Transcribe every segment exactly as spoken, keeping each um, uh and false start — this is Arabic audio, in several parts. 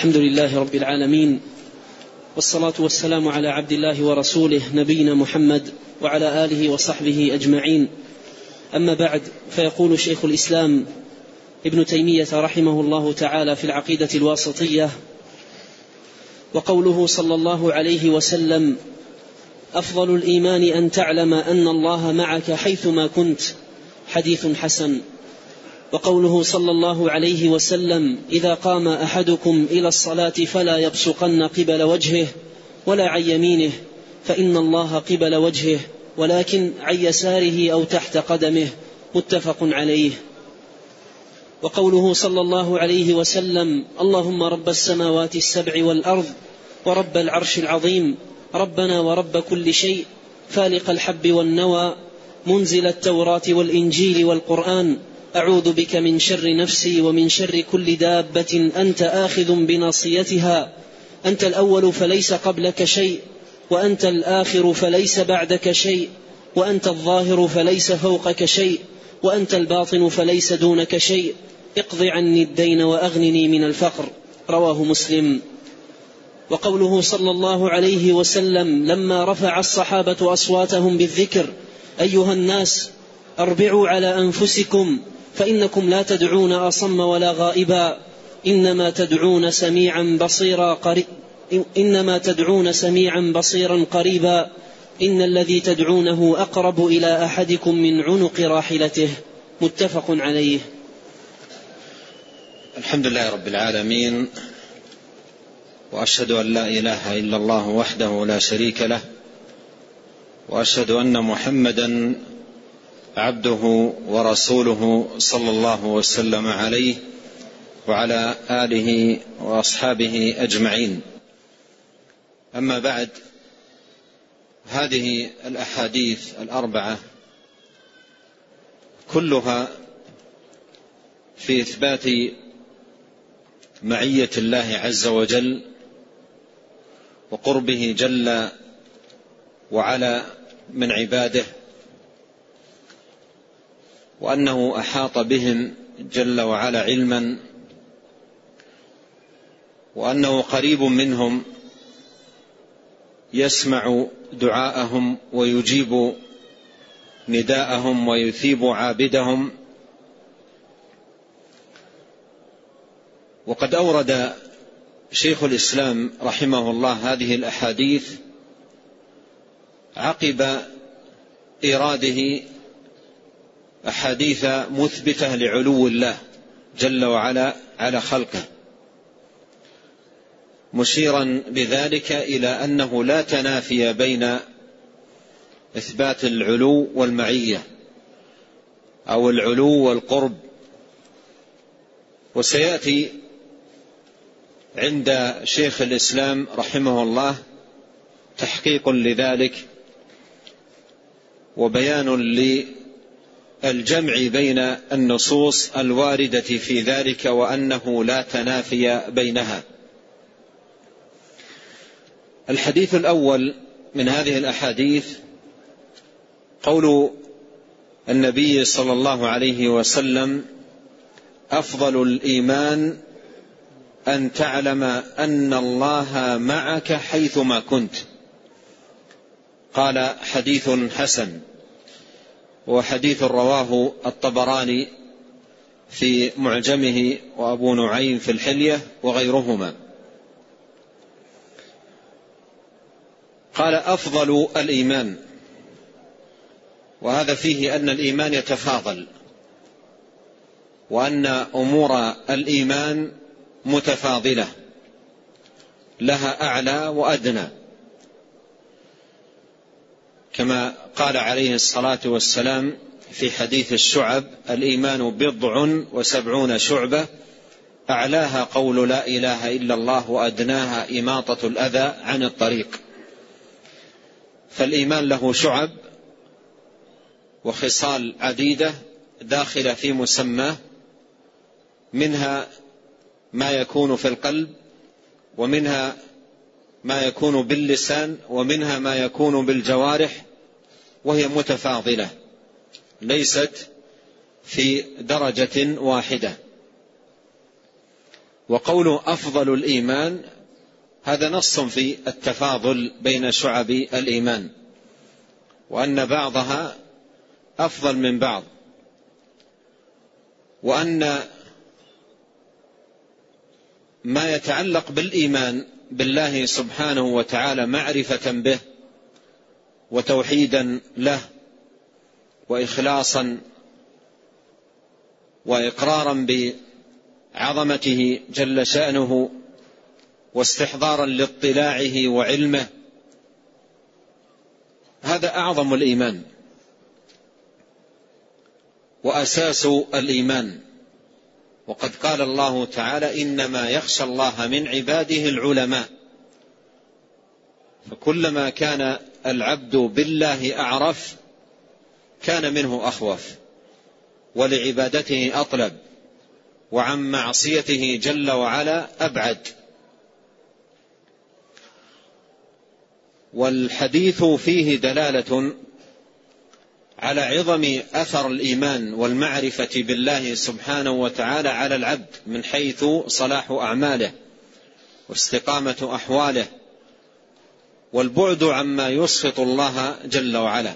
الحمد لله رب العالمين، والصلاة والسلام على عبد الله ورسوله نبينا محمد وعلى آله وصحبه أجمعين. أما بعد، فيقول شيخ الإسلام ابن تيمية رحمه الله تعالى في العقيدة الواسطية: وقوله صلى الله عليه وسلم: أفضل الإيمان أن تعلم أن الله معك حيثما كنت، حديث حسن. وقوله صلى الله عليه وسلم: إذا قام أحدكم إلى الصلاة فلا يبصقن قبل وجهه ولا عن يمينه، فإن الله قبل وجهه، ولكن عن يساره أو تحت قدمه، متفق عليه. وقوله صلى الله عليه وسلم: اللهم رب السماوات السبع والأرض ورب العرش العظيم، ربنا ورب كل شيء، فالق الحب والنوى، منزل التوراة والإنجيل والقرآن، أعوذ بك من شر نفسي ومن شر كل دابة أنت آخذ بناصيتها، أنت الأول فليس قبلك شيء، وأنت الآخر فليس بعدك شيء، وأنت الظاهر فليس فوقك شيء، وأنت الباطن فليس دونك شيء، اقض عني الدين وأغنني من الفقر. رواه مسلم. وقوله صلى الله عليه وسلم لما رفع الصحابة أصواتهم بالذكر: أيها الناس أربعوا على أنفسكم، فإنكم لا تدعون أصم ولا غائبا، إنما تدعون سميعا بصيرا قريب إنما تدعون سميعا بصيرا قريبا، إن الذي تدعونه أقرب إلى أحدكم من عنق راحلته، متفق عليه. الحمد لله رب العالمين، وأشهد أن لا إله إلا الله وحده لا شريك له، وأشهد أن محمدا عبده ورسوله صلى الله وسلم عليه وعلى آله وأصحابه أجمعين. أما بعد، هذه الأحاديث الأربعة كلها في إثبات معية الله عز وجل وقربه جل وعلا من عباده، وأنه أحاط بهم جل وعلا علما، وأنه قريب منهم يسمع دعاءهم ويجيب نداءهم ويثيب عابدهم. وقد أورد شيخ الإسلام رحمه الله هذه الأحاديث عقب إراده أحاديث مثبتة لعلو الله جل وعلا على خلقه، مشيرا بذلك إلى أنه لا تنافي بين إثبات العلو والمعية أو العلو والقرب. وسيأتي عند شيخ الإسلام رحمه الله تحقيق لذلك وبيان للجمع بين النصوص الواردة في ذلك، وأنه لا تنافي بينها. الحديث الأول من هذه الأحاديث قول النبي صلى الله عليه وسلم: أفضل الإيمان أن تعلم أن الله معك حيثما كنت. قال: حديث حسن، وحديث رواه الطبراني في معجمه وأبو نعيم في الحلية وغيرهما. قال: أفضل الإيمان، وهذا فيه أن الإيمان يتفاضل، وأن أمور الإيمان متفاضلة، لها أعلى وأدنى، كما قال عليه الصلاة والسلام في حديث الشعب: الإيمان بضع وسبعون شعبة، أعلاها قول لا إله إلا الله، وأدناها إماطة الأذى عن الطريق. فالإيمان له شعب وخصال عديدة داخلة في مسماه، منها ما يكون في القلب، ومنها ما يكون باللسان، ومنها ما يكون بالجوارح، وهي متفاضلة ليست في درجة واحدة. وقوله أفضل الإيمان هذا نص في التفاضل بين شعب الإيمان، وأن بعضها أفضل من بعض، وأن ما يتعلق بالإيمان بالله سبحانه وتعالى معرفة به وتوحيدا له وإخلاصا وإقرارا بعظمته جل شأنه واستحضارا لاطلاعه وعلمه، هذا أعظم الإيمان وأساس الإيمان. وقد قال الله تعالى إنما يخشى الله من عباده العلماء، فكلما كان العبد بالله أعرف كان منه أخوف ولعبادته أطلب وعن معصيته جل وعلا أبعد. والحديث فيه دلالة على عظم أثر الإيمان والمعرفة بالله سبحانه وتعالى على العبد من حيث صلاح أعماله واستقامة أحواله والبعد عما يسخط الله جل وعلا.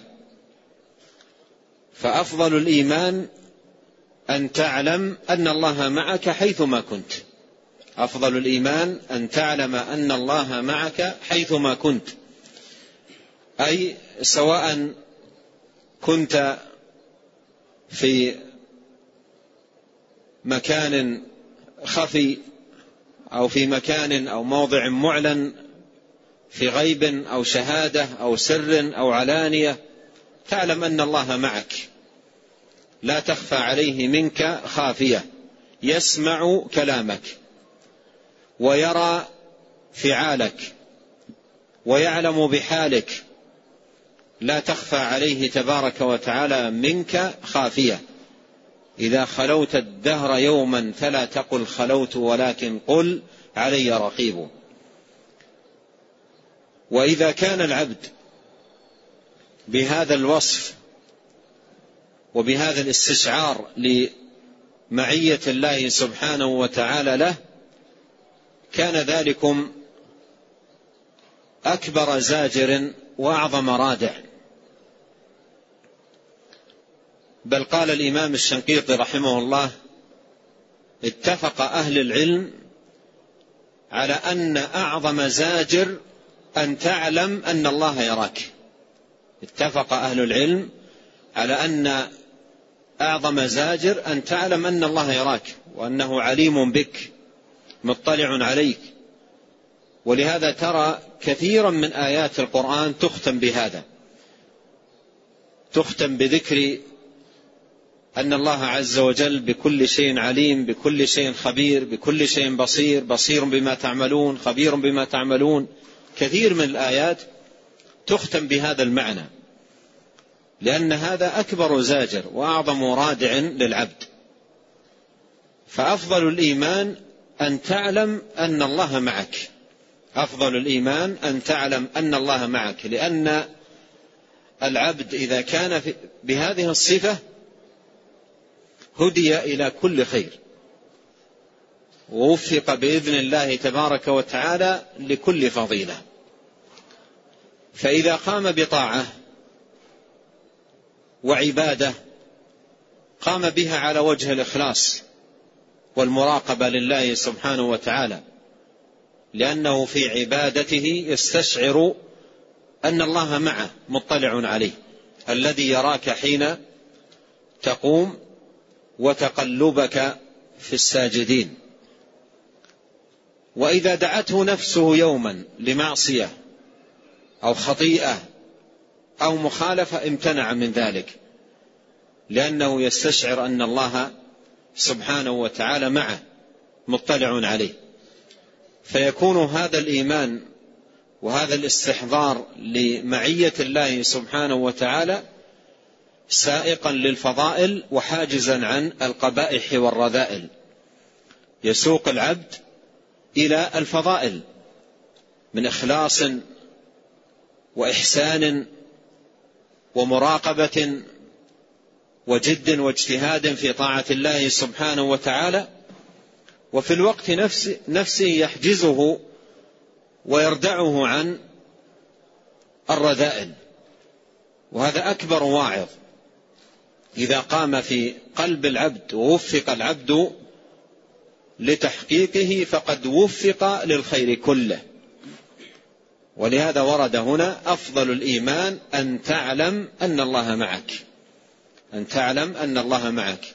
فأفضل الإيمان أن تعلم أن الله معك حيثما كنت، أفضل الإيمان أن تعلم أن الله معك حيثما كنت، أي سواء كنت في مكان خفي أو في مكان أو موضع معلن، في غيب أو شهادة أو سر أو علانية، تعلم أن الله معك لا تخفى عليه منك خافية، يسمع كلامك ويرى فعالك ويعلم بحالك، لا تخفى عليه تبارك وتعالى منك خافية. إذا خلوت الدهر يوما فلا تقل خلوت ولكن قل علي رقيب. وإذا كان العبد بهذا الوصف وبهذا الاستشعار لمعية الله سبحانه وتعالى له، كان ذلكم أكبر زاجر وأعظم رادع. بل قال الإمام الشنقيطي رحمه الله: اتفق أهل العلم على أن أعظم زاجر أن تعلم أن الله يراك. اتفق أهل العلم على أن أعظم زاجر أن تعلم أن الله يراك وأنه عليم بك مطلع عليك. ولهذا ترى كثيرا من آيات القرآن تختم بهذا، تختم بذكر أن الله عز وجل بكل شيء عليم، بكل شيء خبير، بكل شيء بصير، بصير بما تعملون، خبير بما تعملون. كثير من الآيات تختم بهذا المعنى، لأن هذا أكبر زاجر وأعظم رادع للعبد. فأفضل الإيمان أن تعلم أن الله معك، أفضل الإيمان أن تعلم أن الله معك، لأن العبد إذا كان بهذه الصفة هدي إلى كل خير ووفق بإذن الله تبارك وتعالى لكل فضيلة. فإذا قام بطاعة وعبادة قام بها على وجه الإخلاص والمراقبة لله سبحانه وتعالى، لأنه في عبادته يستشعر أن الله معه مطلع عليه، الذي يراك حين تقوم وتقلبك في الساجدين. وإذا دعته نفسه يوما لمعصية أو خطيئة أو مخالفة امتنع من ذلك، لأنه يستشعر أن الله سبحانه وتعالى معه مطلع عليه. فيكون هذا الإيمان وهذا الاستحضار لمعية الله سبحانه وتعالى سائقا للفضائل وحاجزا عن القبائح والرذائل، يسوق العبد إلى الفضائل من إخلاص وإحسان ومراقبة وجد واجتهاد في طاعة الله سبحانه وتعالى، وفي الوقت نفسه, نفسه يحجزه ويردعه عن الرذائل. وهذا أكبر واعظ إذا قام في قلب العبد ووفق العبد لتحقيقه فقد وفق للخير كله. ولهذا ورد هنا أفضل الإيمان أن تعلم أن الله معك، أن تعلم أن الله معك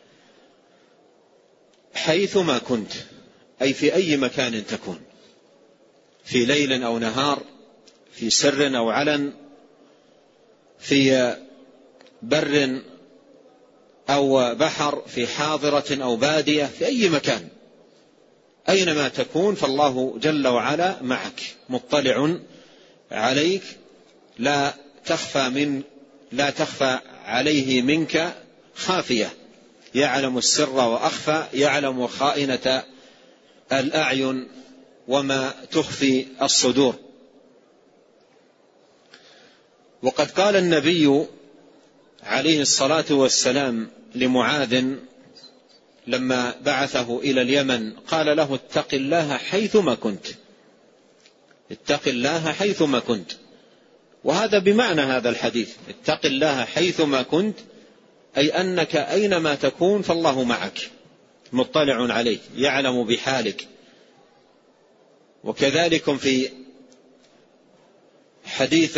حيثما كنت، أي في أي مكان تكون، في ليل أو نهار، في سر أو علن، في بر أو بحر، في حاضرة أو بادية، في أي مكان أينما تكون فالله جل وعلا معك مطلع عليك، لا تخفى من لا تخفى عليه منك خافية، يعلم السر وأخفى، يعلم خائنة الأعين وما تخفي الصدور. وقد قال النبي عليه الصلاة والسلام لمعاذ لما بعثه إلى اليمن، قال له: اتق الله حيثما كنت، اتق الله حيثما كنت. وهذا بمعنى هذا الحديث، اتق الله حيثما كنت، أي أنك أينما تكون فالله معك مطلع عليك، يعلم بحالك. وكذلك في حديث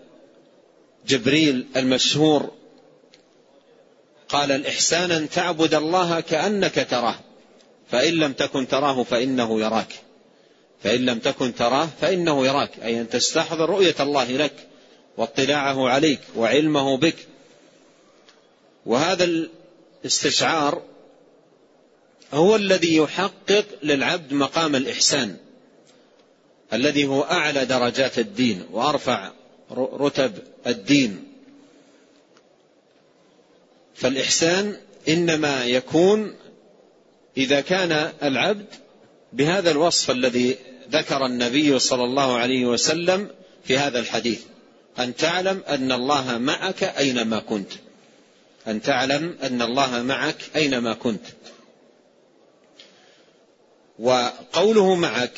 جبريل المشهور قال: الإحسان أن تعبد الله كأنك تراه فإن لم تكن تراه فإنه يراك، فإن لم تكن تراه فإنه يراك، أي أن تستحضر رؤية الله لك واطلاعه عليك وعلمه بك. وهذا الاستشعار هو الذي يحقق للعبد مقام الإحسان الذي هو أعلى درجات الدين وأرفع رتب الدين. فالإحسان إنما يكون إذا كان العبد بهذا الوصف الذي ذكر النبي صلى الله عليه وسلم في هذا الحديث: أن تعلم أن الله معك أينما كنت، أن تعلم أن الله معك أينما كنت. وقوله معك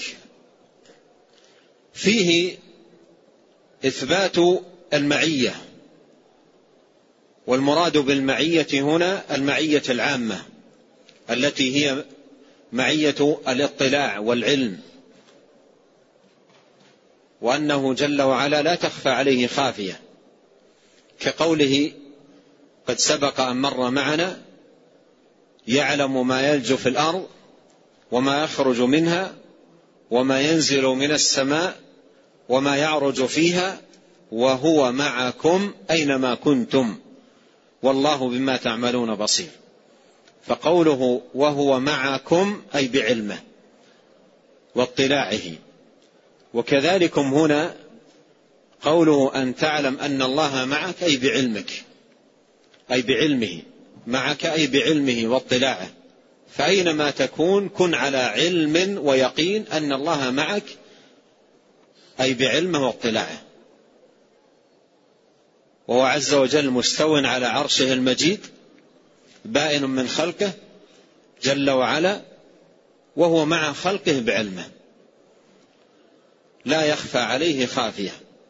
فيه إثبات المعية، والمراد بالمعية هنا المعية العامة التي هي معية الاطلاع والعلم، وأنه جل وعلا لا تخفى عليه خافية، كقوله: قد سبق أن مر معنا: يعلم ما يلج في الأرض وما يخرج منها وما ينزل من السماء وما يعرج فيها وهو معكم أينما كنتم والله بما تعملون بصير. فقوله وهو معكم أي بعلمه واطلاعه. وكذلكم هنا قوله أن تعلم أن الله معك أي بعلمك، أي بعلمه، معك أي بعلمه واطلاعه. فأينما تكون كن على علم ويقين أن الله معك، أي بعلمه واطلاعه. وهو عز وجل مستو على عرشه المجيد بائن من خلقه جل وعلا، وهو مع خلقه بعلمه، لا يخفى عليه خافية.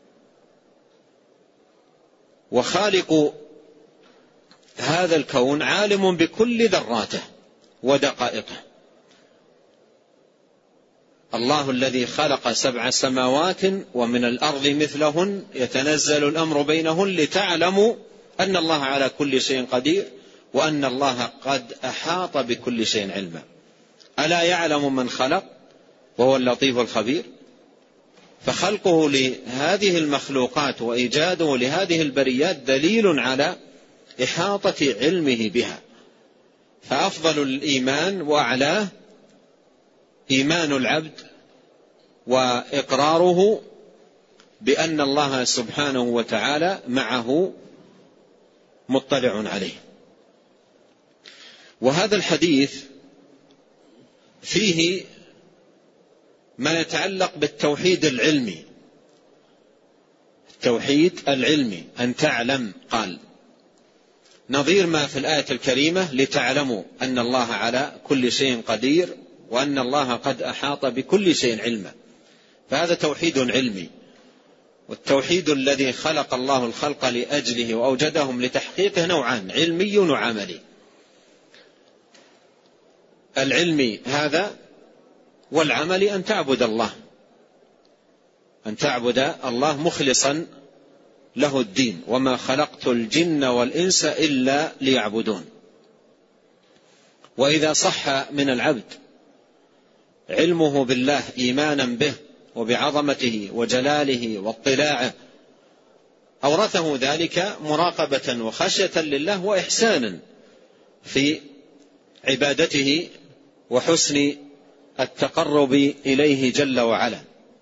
وخالق هذا الكون عالم بكل ذراته ودقائقه. الله الذي خلق سبع سماوات ومن الأرض مثلهن يتنزل الأمر بينهن لتعلموا أن الله على كل شيء قدير وأن الله قد أحاط بكل شيء علما. ألا يعلم من خلق وهو اللطيف الخبير. فخلقه لهذه المخلوقات وإيجاده لهذه البريات دليل على إحاطة علمه بها. فأفضل الإيمان وأعلاه إيمان العبد وإقراره بأن الله سبحانه وتعالى معه مطلع عليه. وهذا الحديث فيه ما يتعلق بالتوحيد العلمي، التوحيد العلمي أن تعلم، قال نظير ما في الآية الكريمة لتعلموا أن الله على كل شيء قدير وأن الله قد أحاط بكل شيء علما. فهذا توحيد علمي. والتوحيد الذي خلق الله الخلق لأجله وأوجدهم لتحقيقه نوعان: علمي وعملي. العلمي هذا، والعملي أن تعبد الله، أن تعبد الله مخلصا له الدين: وما خلقت الجن والإنس إلا ليعبدون. وإذا صح من العبد علمه بالله إيمانا به وبعظمته وجلاله واطلاعه، أورثه ذلك مراقبة وخشية لله وإحسانا في عبادته وحسن التقرب إليه جل وعلا.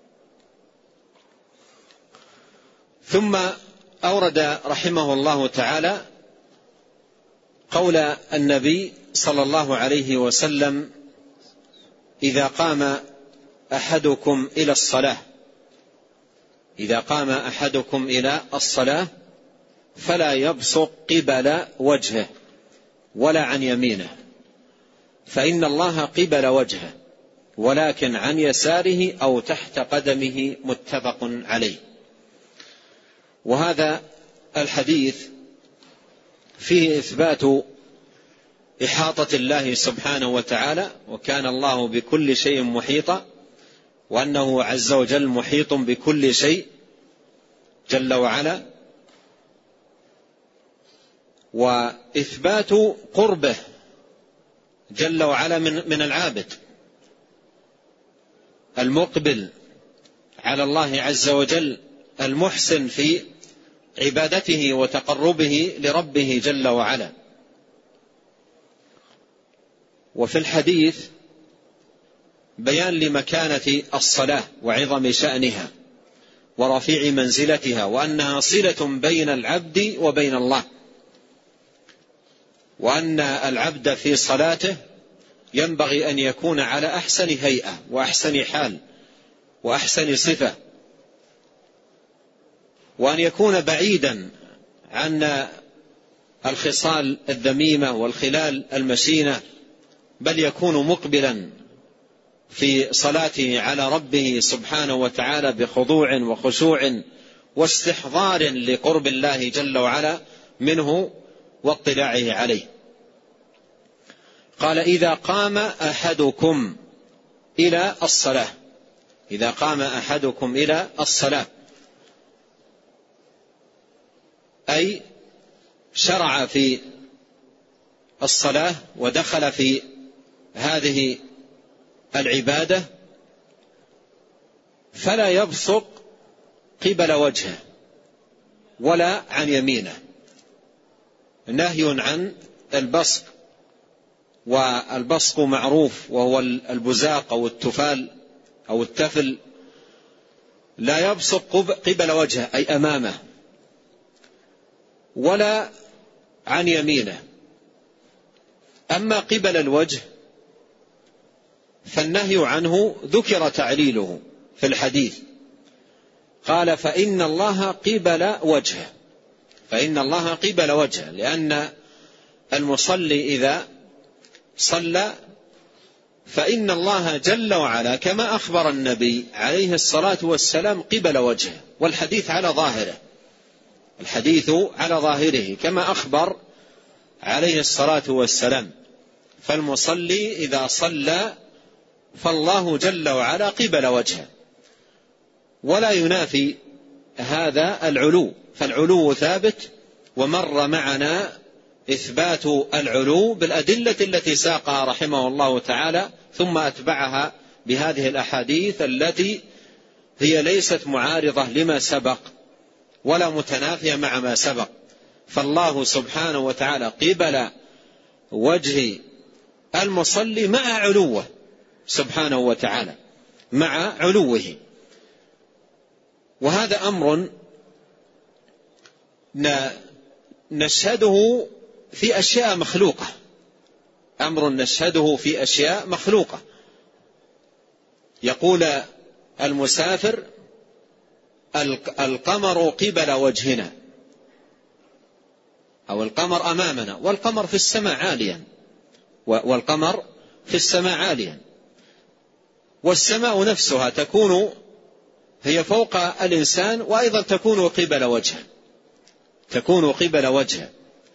ثم أورد رحمه الله تعالى قول النبي صلى الله عليه وسلم: إذا قام أحدكم إلى الصلاة إذا قام أحدكم إلى الصلاة فلا يبصق قبل وجهه ولا عن يمينه، فإن الله قبل وجهه، ولكن عن يساره أو تحت قدمه، متفق عليه. وهذا الحديث فيه إثبات إحاطة الله سبحانه وتعالى، وكان الله بكل شيء محيطا، وأنه عز وجل محيط بكل شيء جل وعلا، وإثبات قربه جل وعلا من من العابد المقبل على الله عز وجل، المحسن في عبادته وتقربه لربه جل وعلا. وفي الحديث بيان لمكانة الصلاة وعظم شأنها ورفيع منزلتها، وأنها صلة بين العبد وبين الله، وأن العبد في صلاته ينبغي أن يكون على أحسن هيئة وأحسن حال وأحسن صفة، وأن يكون بعيدا عن الخصال الذميمة والخلال المشينة، بل يكون مقبلا في صلاته على ربه سبحانه وتعالى بخضوع وخشوع واستحضار لقرب الله جل وعلا منه واطلاعه عليه. قال: إذا قام أحدكم إلى الصلاة إذا قام أحدكم إلى الصلاة أي شرع في الصلاة ودخل في هذه العبادة، فلا يبصق قبل وجهه ولا عن يمينه. نهي عن البصق، والبصق معروف وهو البزاق أو التفال أو التفل. لا يبصق قبل وجهه أي أمامه، ولا عن يمينه. أما قبل الوجه فالنهي عنه ذكر تعليله في الحديث، قال: فإن الله قبل وجهه فإن الله قبل وجهه لأن المصلي إذا صلى فإن الله جل وعلا كما أخبر النبي عليه الصلاة والسلام قبل وجهه، والحديث على ظاهره الحديث على ظاهره كما أخبر عليه الصلاة والسلام. فالمصلي إذا صلى فالله جل وعلا قبل وجهه، ولا ينافي هذا العلو، فالعلو ثابت، ومر معنا إثبات العلو بالأدلة التي ساقها رحمه الله تعالى، ثم أتبعها بهذه الأحاديث التي هي ليست معارضة لما سبق ولا متنافية مع ما سبق. فالله سبحانه وتعالى قبل وجه المصلي مع علوه سبحانه وتعالى مع علوه. وهذا أمر نشهده في أشياء مخلوقة أمر نشهده في أشياء مخلوقة. يقول المسافر: القمر قبل وجهنا، أو القمر أمامنا، والقمر في السماء عاليا والقمر في السماء عاليا. والسماء نفسها تكون هي فوق الإنسان، وأيضا تكون قبل وجهه، تكون قبل وجهه.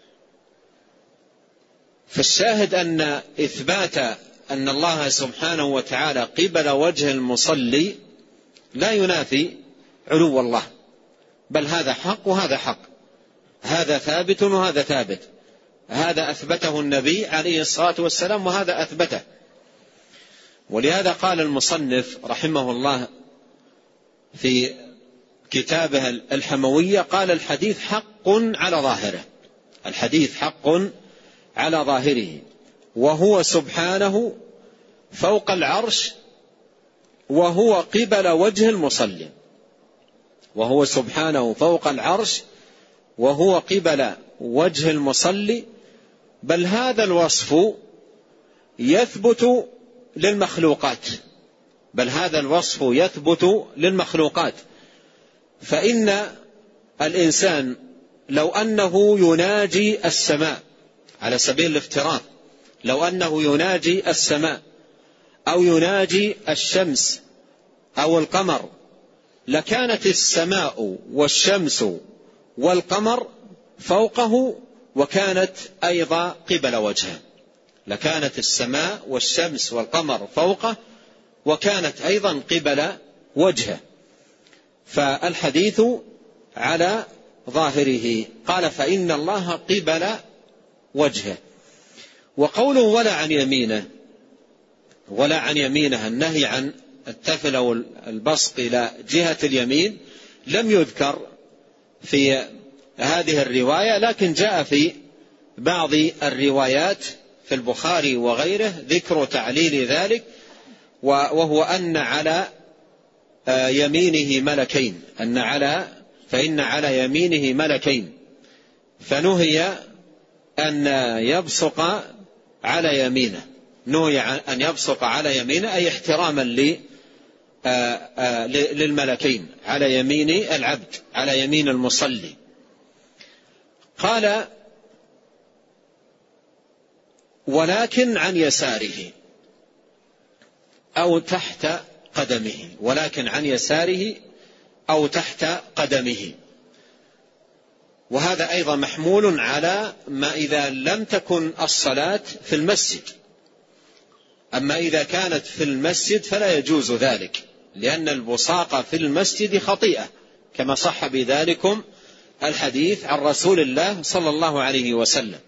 فالشاهد أن إثبات أن الله سبحانه وتعالى قبل وجه المصلي لا ينافي علو الله، بل هذا حق وهذا حق، هذا ثابت وهذا ثابت، هذا أثبته النبي عليه الصلاة والسلام وهذا أثبته. ولهذا قال المصنف رحمه الله في كتابه الحموية، قال الحديث حق على ظاهره، الحديث حق على ظاهره، وهو سبحانه فوق العرش وهو قبل وجه المصلي، وهو سبحانه فوق العرش وهو قبل وجه المصلي، بل هذا الوصف يثبت للمخلوقات، بل هذا الوصف يثبت للمخلوقات. فإن الإنسان لو أنه يناجي السماء على سبيل الافتراض، لو أنه يناجي السماء أو يناجي الشمس أو القمر، لكانت السماء والشمس والقمر فوقه وكانت أيضا قبل وجهه، لكانت السماء والشمس والقمر فوقه وكانت أيضا قبل وجهه. فالحديث على ظاهره. قال فإن الله قبل وجهه. وقوله ولا عن يمينه، ولا عن يمينه النهي عن التفل أو البسط إلى جهة اليمين لم يذكر في هذه الرواية، لكن جاء في بعض الروايات في البخاري وغيره ذكر تعليل ذلك، وهو أن على يمينه ملكين، أن على فإن على يمينه ملكين، فنهي أن يبصق على يمينه، نهي أن يبصق على يمينه أي احتراما للملكين على يمين العبد، على يمين المصلي. قال ولكن عن يساره أو تحت قدمه، ولكن عن يساره أو تحت قدمه. وهذا أيضا محمول على ما إذا لم تكن الصلاة في المسجد، أما إذا كانت في المسجد فلا يجوز ذلك، لأن البصاق في المسجد خطيئة، كما صح بذلكم الحديث عن رسول الله صلى الله عليه وسلم.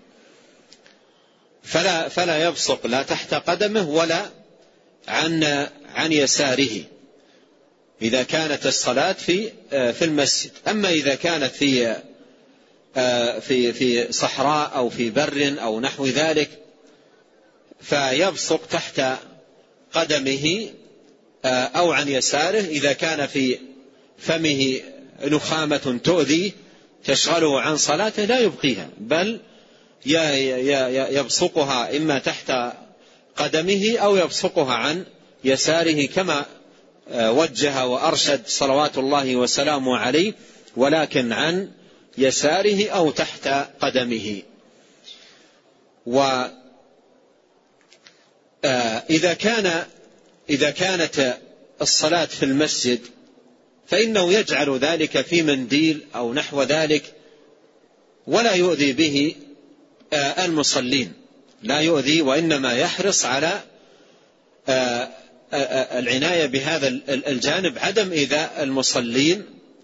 فلا, فلا يبصق لا تحت قدمه ولا عن, عن يساره إذا كانت الصلاة في, في المسجد. أما إذا كانت في, في, في صحراء أو في بر أو نحو ذلك فيبصق تحت قدمه أو عن يساره. إذا كان في فمه نخامة تؤذي تشغله عن صلاته لا يبقيها، بل يبصقها إما تحت قدمه أو يبصقها عن يساره، كما وجه وأرشد صلوات الله وسلامه عليه، ولكن عن يساره أو تحت قدمه. وإذا كان إذا كانت الصلاة في المسجد فإنه يجعل ذلك في منديل أو نحو ذلك ولا يؤذي به المصلين، لا يؤذي، وإنما يحرص على العناية بهذا الجانب، عدم إيذاء المصلين.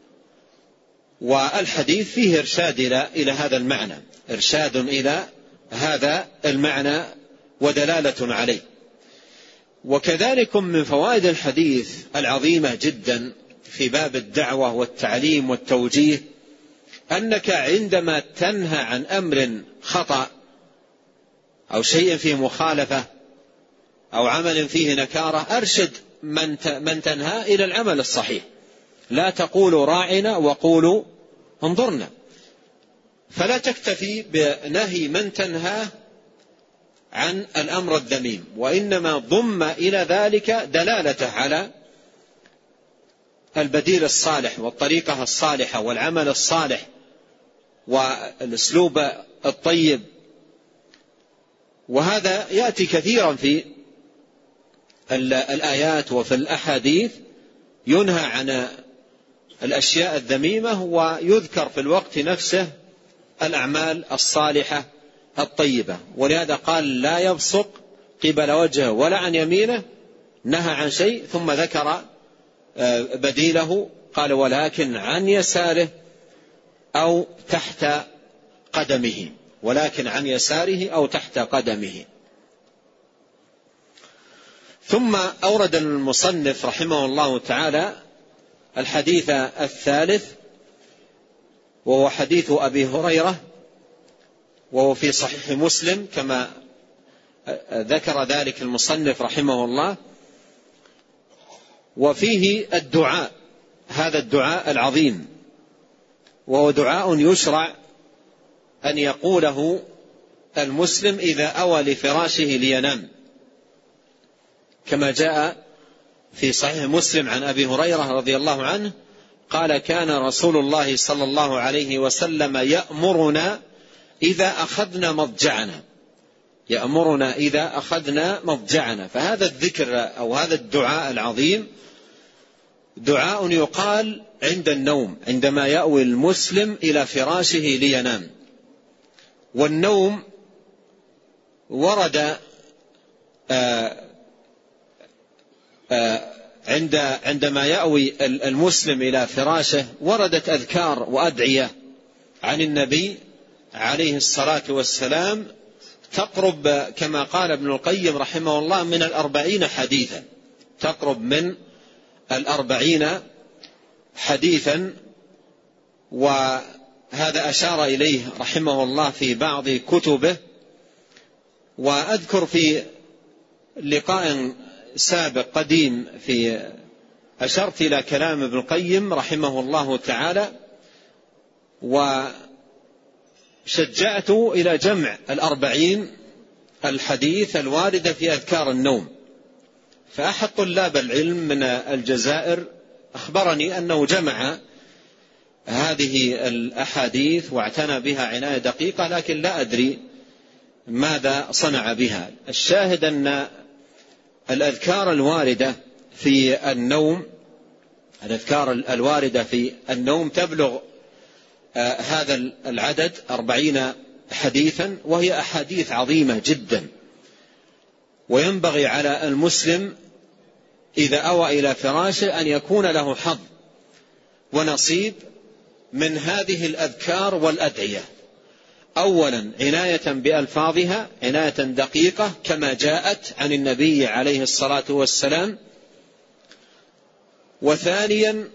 والحديث فيه إرشاد إلى هذا المعنى، إرشاد إلى هذا المعنى ودلالة عليه. وكذلك من فوائد الحديث العظيمة جدا في باب الدعوة والتعليم والتوجيه أنك عندما تنهى عن أمر خطأ أو شيء فيه مخالفة أو عمل فيه نكارة أرشد من تنهى إلى العمل الصحيح، لا تقولوا راعنا وقولوا انظرنا. فلا تكتفي بنهي من تنهى عن الأمر الذميم، وإنما ضم إلى ذلك دلالته على البديل الصالح والطريقة الصالحة والعمل الصالح والأسلوب الطيب. وهذا يأتي كثيرا في الآيات وفي الأحاديث ينهى عن الأشياء الذميمة، ويذكر في الوقت نفسه الأعمال الصالحة الطيبة. ولهذا قال لا يبصق قبل وجهه ولا عن يمينه، نهى عن شيء ثم ذكر بديله، قال ولكن عن يساره أو تحت قدمه، ولكن عن يساره أو تحت قدمه. ثم أورد المصنف رحمه الله تعالى الحديث الثالث، وهو حديث أبي هريرة، وهو في صحيح مسلم كما ذكر ذلك المصنف رحمه الله، وفيه الدعاء، هذا الدعاء العظيم، وهو دعاء يشرع أن يقوله المسلم إذا أوى لفراشه لينام، كما جاء في صحيح مسلم عن أبي هريرة رضي الله عنه قال كان رسول الله صلى الله عليه وسلم يأمرنا إذا أخذنا مضجعنا، يأمرنا إذا أخذنا مضجعنا. فهذا الذكر أو هذا الدعاء العظيم دعاء يقال عند النوم، عندما يأوي المسلم إلى فراشه لينام. والنوم ورد آآ آآ عند عندما يأوي المسلم إلى فراشه وردت أذكار وأدعية عن النبي عليه الصلاة والسلام تقرب كما قال ابن القيم رحمه الله من الأربعين حديثا، تقرب من الأربعين حديثا. وهذا أشار إليه رحمه الله في بعض كتبه. وأذكر في لقاء سابق قديم في أشرت إلى كلام ابن القيم رحمه الله تعالى، وشجعت إلى جمع الأربعين الحديث الواردة في أذكار النوم. فأحد طلاب العلم من الجزائر أخبرني أنه جمع هذه الأحاديث واعتنى بها عناية دقيقة، لكن لا أدري ماذا صنع بها. الشاهد أن الأذكار الواردة في النوم، الأذكار الواردة في النوم تبلغ آه هذا العدد أربعين حديثا، وهي أحاديث عظيمة جدا. وينبغي على المسلم إذا أوى إلى فراشه أن يكون له حظ ونصيب من هذه الأذكار والأدعية. أولا عناية بألفاظها عناية دقيقة كما جاءت عن النبي عليه الصلاة والسلام. وثانيا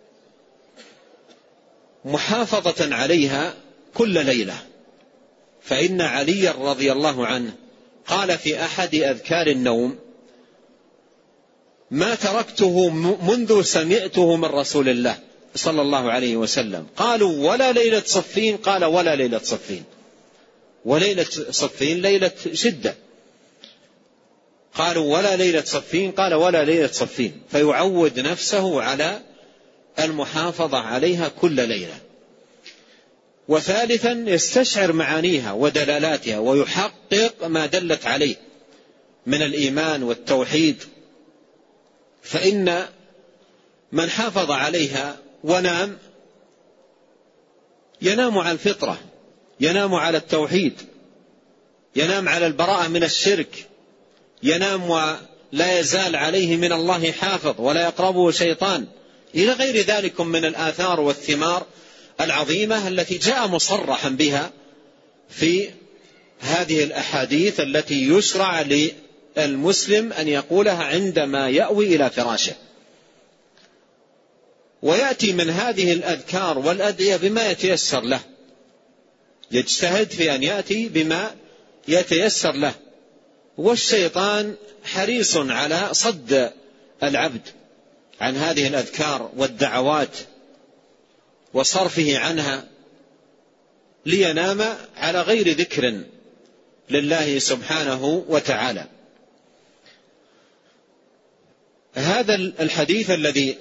محافظة عليها كل ليلة، فإن علي رضي الله عنه قال في أحد أذكار النوم ما تركته منذ سمعته من رسول الله صلى الله عليه وسلم. قالوا ولا ليلة صفين؟ قال ولا ليلة صفين. وليلة صفين ليلة شدة. قالوا ولا ليلة صفين؟ قال ولا ليلة صفين. فيعود نفسه على المحافظة عليها كل ليلة. وثالثا يستشعر معانيها ودلالاتها ويحقق ما دلت عليه من الإيمان والتوحيد، فإن من حافظ عليها ونام ينام على الفطرة، ينام على التوحيد، ينام على البراءة من الشرك، ينام ولا يزال عليه من الله حافظ ولا يقربه شيطان، إلى غير ذلك من الآثار والثمار العظيمة التي جاء مصرحا بها في هذه الأحاديث التي يشرع للمسلم أن يقولها عندما يأوي إلى فراشه. ويأتي من هذه الأذكار والأدعية بما يتيسر له، يجتهد في أن يأتي بما يتيسر له. والشيطان حريص على صد العبد عن هذه الأذكار والدعوات وصرفه عنها لينام على غير ذكر لله سبحانه وتعالى. هذا الحديث الذي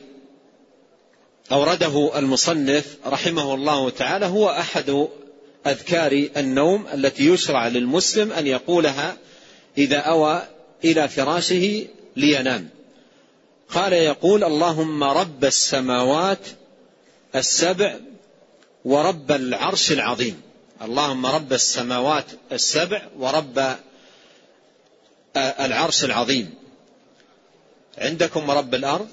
أورده المصنف رحمه الله تعالى هو أحد أذكار النوم التي يشرع للمسلم أن يقولها إذا أوى إلى فراشه لينام. قال يقول اللهم رب السماوات السبع ورب العرش العظيم. اللهم رب السماوات السبع ورب العرش العظيم. عندكم رب الأرض؟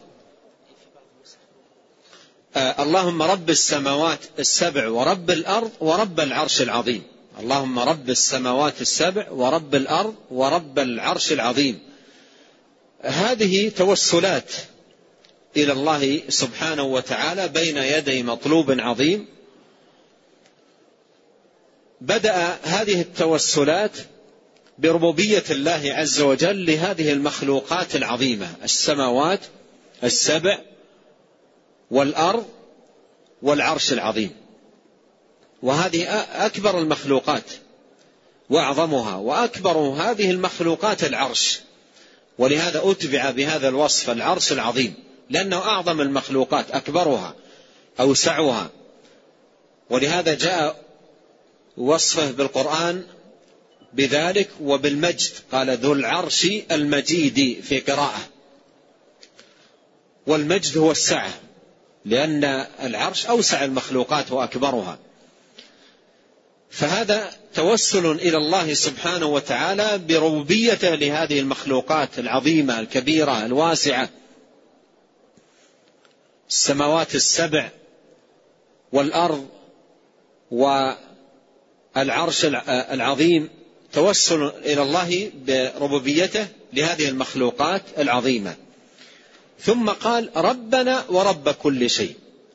آه اللهم رب السماوات السبع ورب الأرض ورب العرش العظيم. اللهم رب السماوات السبع ورب الأرض ورب العرش العظيم. هذه توسلات إلى الله سبحانه وتعالى بين يدي مطلوب عظيم. بدأ هذه التوسلات بربوبية الله عز وجل لهذه المخلوقات العظيمة، السماوات السبع والأرض والعرش العظيم. وهذه أكبر المخلوقات وأعظمها، وأكبر هذه المخلوقات العرش، ولهذا أتبع بهذا الوصف العرش العظيم، لأنه أعظم المخلوقات، أكبرها أوسعها. ولهذا جاء وصفه بالقرآن بذلك وبالمجد، قال ذو العرش المجيد في قراءة. والمجد هو السعة، لأن العرش أوسع المخلوقات وأكبرها. فهذا توسل إلى الله سبحانه وتعالى بربوبيته لهذه المخلوقات العظيمة الكبيرة الواسعة، السماوات السبع والأرض والعرش العظيم. توسل إلى الله بربوبيته لهذه المخلوقات العظيمة. ثم قال ربنا ورب كل شيء.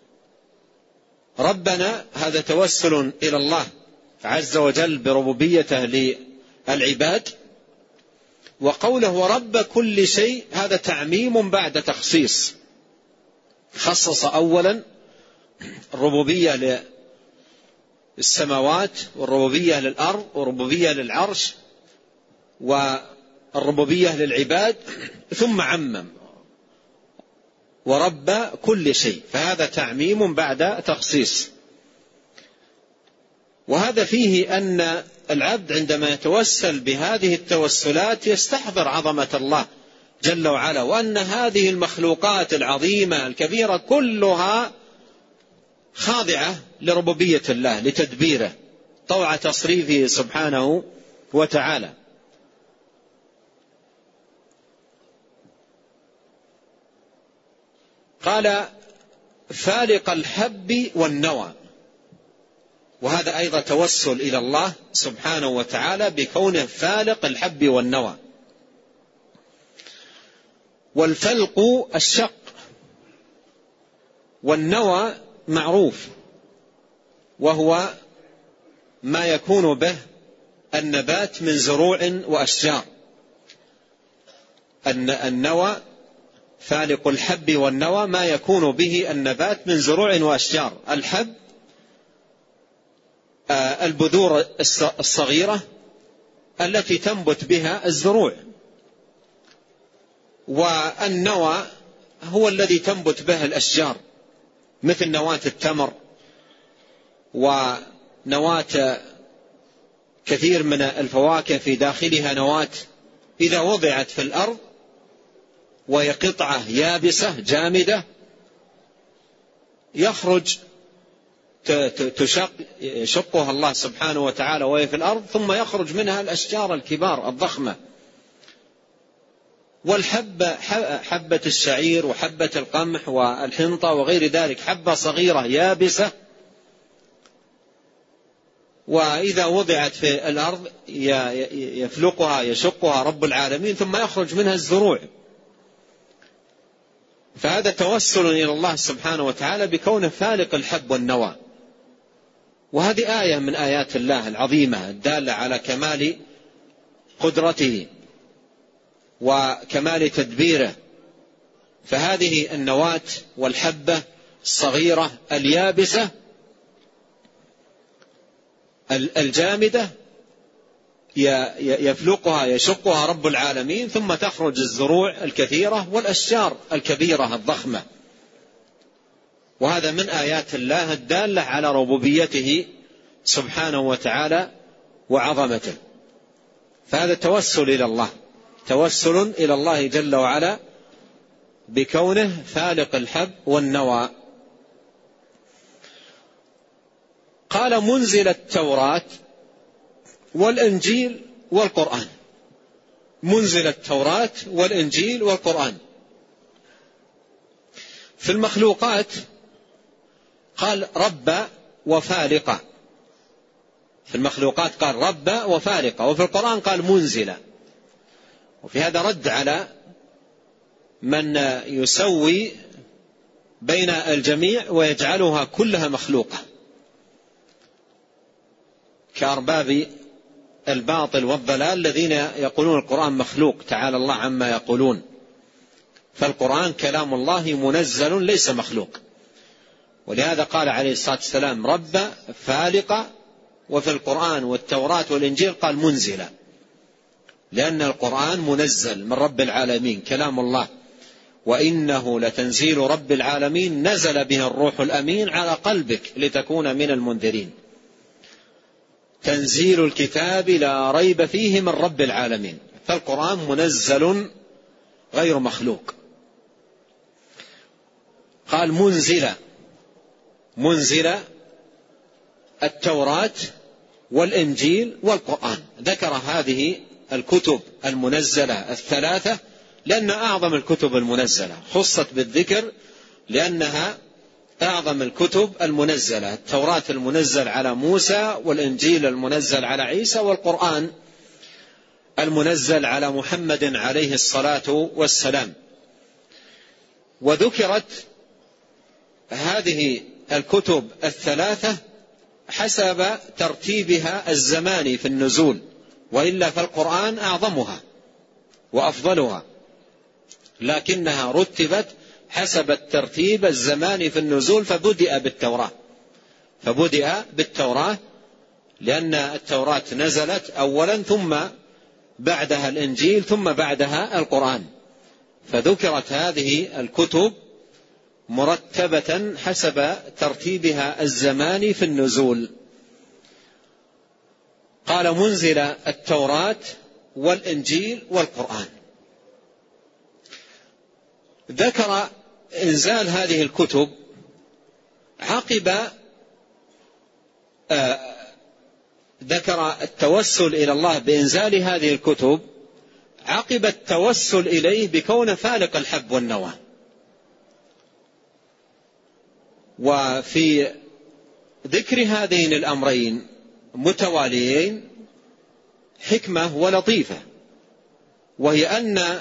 ربنا هذا توسل إلى الله عز وجل بربوبيته للعباد. وقوله ورب كل شيء هذا تعميم بعد تخصيص. خصص أولا الربوبية للسماوات والربوبية للأرض والربوبية للعرش والربوبية للعباد، ثم عمم ورب كل شيء، فهذا تعميم بعد تخصيص. وهذا فيه أن العبد عندما يتوسل بهذه التوسلات يستحضر عظمة الله جل وعلا، وأن هذه المخلوقات العظيمة الكبيرة كلها خاضعة لربوبية الله لتدبيره طوع تصريفه سبحانه وتعالى. قال فالق الحب والنوى، وهذا أيضا توسل إلى الله سبحانه وتعالى بكونه فالق الحب والنوى. والفلق الشق، والنوى معروف وهو ما يكون به النبات من زروع وأشجار. النوى فالق الحب والنوى ما يكون به النبات من زروع وأشجار. الحب البذور الصغيرة التي تنبت بها الزروع، والنوى هو الذي تنبت به الأشجار، مثل نواة التمر ونواة كثير من الفواكه في داخلها نواة، إذا وضعت في الأرض وهي قطعة يابسة جامدة يخرج تشق يشقها الله سبحانه وتعالى وهي في الأرض، ثم يخرج منها الأشجار الكبار الضخمة. والحبة حبة الشعير وحبة القمح والحنطة وغير ذلك حبة صغيرة يابسة، وإذا وضعت في الأرض يفلقها يشقها رب العالمين ثم يخرج منها الزروع. فهذا توسل إلى الله سبحانه وتعالى بكونه فالق الحب والنوى. وهذه آية من آيات الله العظيمة الدالة على كمال قدرته وكمال تدبيره. فهذه النواة والحبة الصغيرة اليابسة الجامدة يفلقها يشقها رب العالمين، ثم تخرج الزروع الكثيرة والأشجار الكبيرة الضخمة. وهذا من آيات الله الدالة على ربوبيته سبحانه وتعالى وعظمته. فهذا توسل إلى الله توسل إلى الله جل وعلا بكونه فالق الحب والنوى. قال منزل التوراة والإنجيل والقرآن. منزل التوراة والإنجيل والقرآن. في المخلوقات قال رب وفالق، في المخلوقات قال رب وفالق، وفي القرآن قال منزل. وفي هذا رد على من يسوي بين الجميع ويجعلها كلها مخلوقة كأرباب الباطل والضلال الذين يقولون القرآن مخلوق، تعالى الله عما يقولون. فالقرآن كلام الله منزل ليس مخلوق. ولهذا قال عليه الصلاة والسلام رب فالق، وفي القرآن والتوراة والإنجيل قال منزل، لأن القرآن منزل من رب العالمين كلام الله، وإنه لتنزيل رب العالمين نزل به الروح الأمين على قلبك لتكون من المنذرين. تنزيل الكتاب لا ريب فيه من رب العالمين. فالقرآن منزل غير مخلوق. قال منزل، منزل التوراة والإنجيل والقرآن. ذكر هذه الكتب المنزلة الثلاثة لأن أعظم الكتب المنزلة، خصت بالذكر لأنها أعظم الكتب المنزلة. التوراة المنزل على موسى، والإنجيل المنزل على عيسى، والقرآن المنزل على محمد عليه الصلاة والسلام. وذكرت هذه الكتب الثلاثة حسب ترتيبها الزماني في النزول، وإلا فالقرآن أعظمها وأفضلها، لكنها رتبت حسب الترتيب الزماني في النزول. فبدأ بالتوراة فبدأ بالتوراة لأن التوراة نزلت أولا، ثم بعدها الإنجيل، ثم بعدها القرآن. فذكرت هذه الكتب مرتبة حسب ترتيبها الزماني في النزول. قال منزل التوراة والإنجيل والقرآن. ذكر إنزال هذه الكتب عقب آه ذكر التوسل إلى الله بإنزال هذه الكتب عقب التوسل إليه بكون فالق الحب والنوى. وفي ذكر هذين الأمرين متواليين حكمة ولطيفة، وهي أن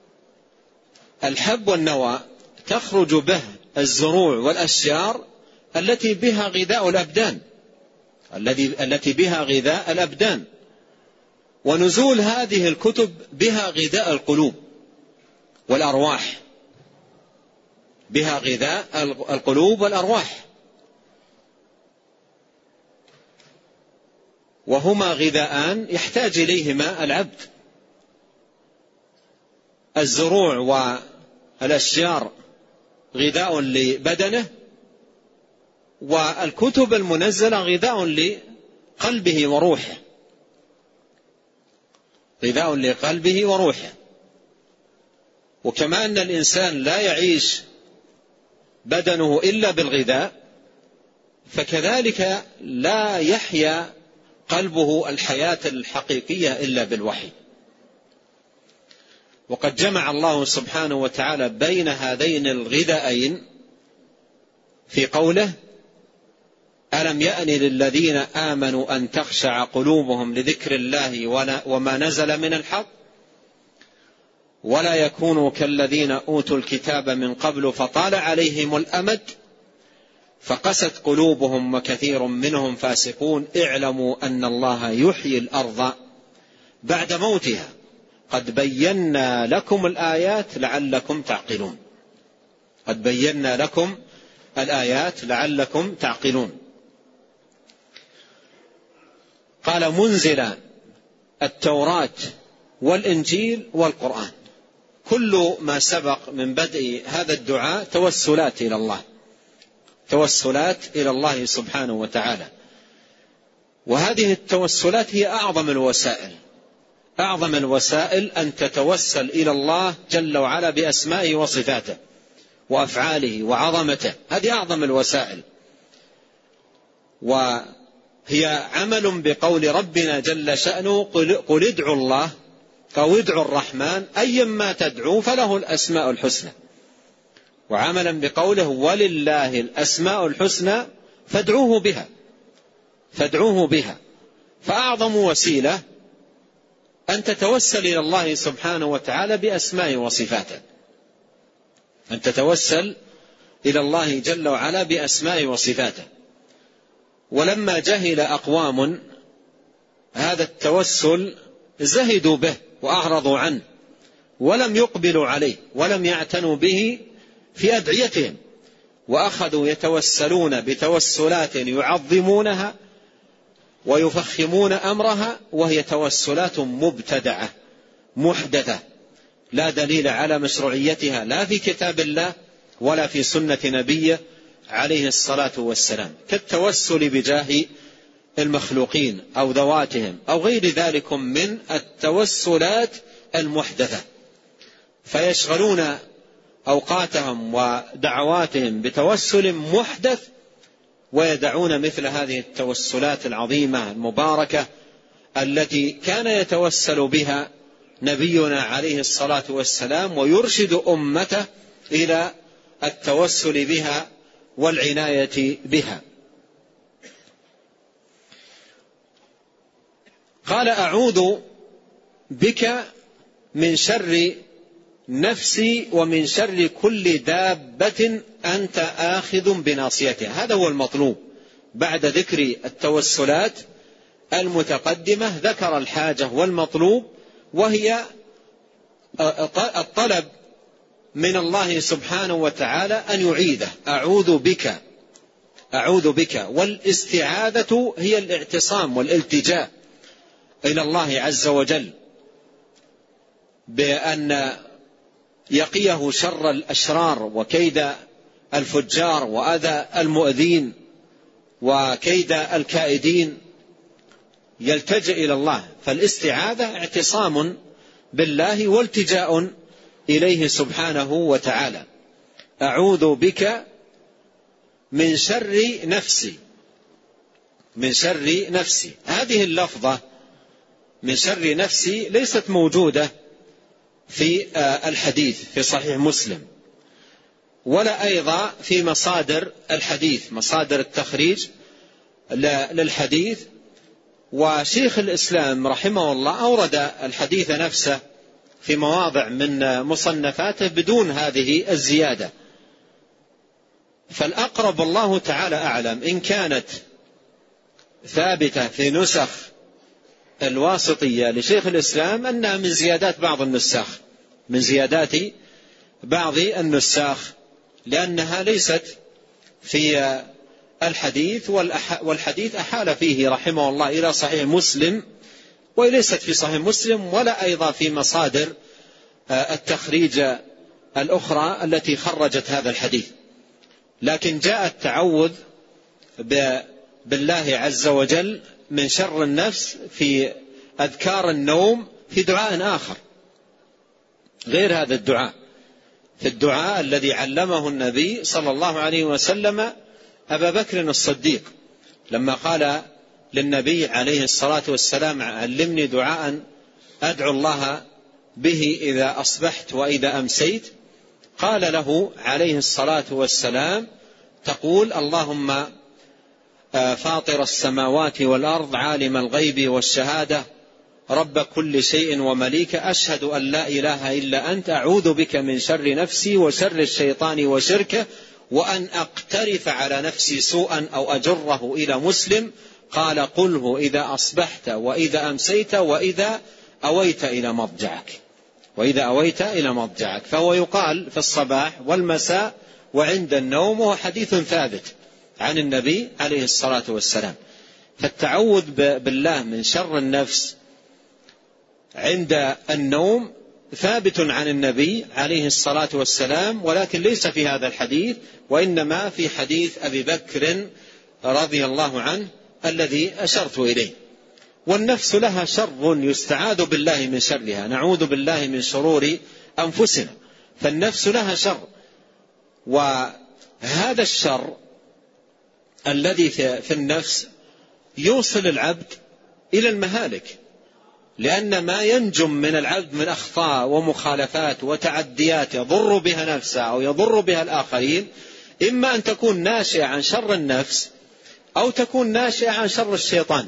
الحب والنوى تخرج به الزروع والأشجار التي بها غذاء الأبدان التي بها غذاء الأبدان ونزول هذه الكتب بها غذاء القلوب والأرواح، بها غذاء القلوب والأرواح، وهما غذاءان يحتاج إليهما العبد. الزروع والأشجار غذاء لبدنه، والكتب المنزلة غذاء لقلبه وروحه غذاء لقلبه وروحه. وكما أن الإنسان لا يعيش بدنه إلا بالغذاء، فكذلك لا يحيا قلبه الحياة الحقيقية إلا بالوحي. وقد جمع الله سبحانه وتعالى بين هذين الغذائين في قوله ألم يأن للذين آمنوا أن تخشع قلوبهم لذكر الله وما نزل من الحق ولا يكونوا كالذين أوتوا الكتاب من قبل فطال عليهم الأمد فقست قلوبهم وكثير منهم فاسقون اعلموا أن الله يحيي الأرض بعد موتها قد بينا لكم الآيات لعلكم تعقلون. قد بينا لكم الآيات لعلكم تعقلون. قال منزل التوراة والإنجيل والقرآن. كل ما سبق من بدء هذا الدعاء توسلات إلى الله توسلات إلى الله سبحانه وتعالى، وهذه التوسلات هي أعظم الوسائل أعظم الوسائل أن تتوسل إلى الله جل وعلا بأسمائه وصفاته وأفعاله وعظمته، هذه أعظم الوسائل، وهي عمل بقول ربنا جل شأنه قل ادعوا الله أو ادعوا الرحمن أيما تدعوا فله الأسماء الحسنى، وعملا بقوله ولله الأسماء الحسنى فادعوه بها فادعوه بها فأعظم وسيلة أن تتوسل إلى الله سبحانه وتعالى بأسمائه وصفاته، أن تتوسل إلى الله جل وعلا بأسمائه وصفاته. ولما جهل أقوام هذا التوسل زهدوا به وأعرضوا عنه ولم يقبلوا عليه ولم يعتنوا به في أدعيتهم، وأخذوا يتوسلون بتوسلات يعظمونها ويفخمون أمرها، وهي توسلات مبتدعة محدثة لا دليل على مشروعيتها لا في كتاب الله ولا في سنة نبيه عليه الصلاة والسلام، كالتوسل بجاه المخلوقين أو ذواتهم أو غير ذلك من التوسلات المحدثة، فيشغلون أوقاتهم ودعواتهم بتوسل محدث ويدعون مثل هذه التوسلات العظيمة المباركة التي كان يتوسل بها نبينا عليه الصلاة والسلام ويرشد أمته إلى التوسل بها والعناية بها. قال أعوذ بك من شر نفسي ومن شر كل دابة أنت آخذ بناصيتها. هذا هو المطلوب بعد ذكر التوسلات المتقدمة، ذكر الحاجة والمطلوب، وهي الطلب من الله سبحانه وتعالى أن يعيذه. أعوذ بك أعوذ بك والاستعاذة هي الاعتصام والالتجاء إلى الله عز وجل بأن يقيه شر الأشرار وكيد الفجار وأذى المؤذين وكيد الكائدين، يلتجئ إلى الله. فالاستعاذة اعتصام بالله والتجاء إليه سبحانه وتعالى. أعوذ بك من شر نفسي من شر نفسي هذه اللفظة من شر نفسي ليست موجودة في الحديث في صحيح مسلم ولا أيضا في مصادر الحديث مصادر التخريج للحديث. وشيخ الإسلام رحمه الله أورد الحديث نفسه في مواضع من مصنفاته بدون هذه الزيادة، فالأقرب الله تعالى أعلم إن كانت ثابتة في نسخ الواسطية لشيخ الإسلام أنها من زيادات بعض النساخ من زيادات بعض النساخ لأنها ليست في الحديث، والحديث أحال فيه رحمه الله إلى صحيح مسلم، وليست في صحيح مسلم ولا أيضا في مصادر التخريج الأخرى التي خرجت هذا الحديث. لكن جاء التعوذ بالله عز وجل من شر النفس في أذكار النوم في دعاء آخر غير هذا الدعاء، في الدعاء الذي علمه النبي صلى الله عليه وسلم أبا بكر الصديق لما قال للنبي عليه الصلاة والسلام علمني دعاء أدعو الله به إذا أصبحت وإذا أمسيت، قال له عليه الصلاة والسلام تقول اللهم فاطر السماوات والأرض عالم الغيب والشهادة رب كل شيء ومليك أشهد أن لا إله إلا أنت أعوذ بك من شر نفسي وشر الشيطان وشركه وأن أقترف على نفسي سوءا أو أجره إلى مسلم. قال قله إذا أصبحت وإذا أمسيت وإذا أويت إلى مضجعك وإذا أويت إلى مضجعك فهو يقال في الصباح والمساء وعند النوم، وهو حديث ثابت عن النبي عليه الصلاة والسلام. فالتعوذ بالله من شر النفس عند النوم ثابت عن النبي عليه الصلاة والسلام، ولكن ليس في هذا الحديث، وإنما في حديث أبي بكر رضي الله عنه الذي أشرت إليه. والنفس لها شر يستعاذ بالله من شرها، نعوذ بالله من شرور أنفسنا، فالنفس لها شر. وهذا الشر الذي في النفس يوصل العبد إلى المهالك، لأن ما ينجم من العبد من أخطاء ومخالفات وتعديات يضر بها نفسه أو يضر بها الآخرين، إما أن تكون ناشئة عن شر النفس أو تكون ناشئة عن شر الشيطان،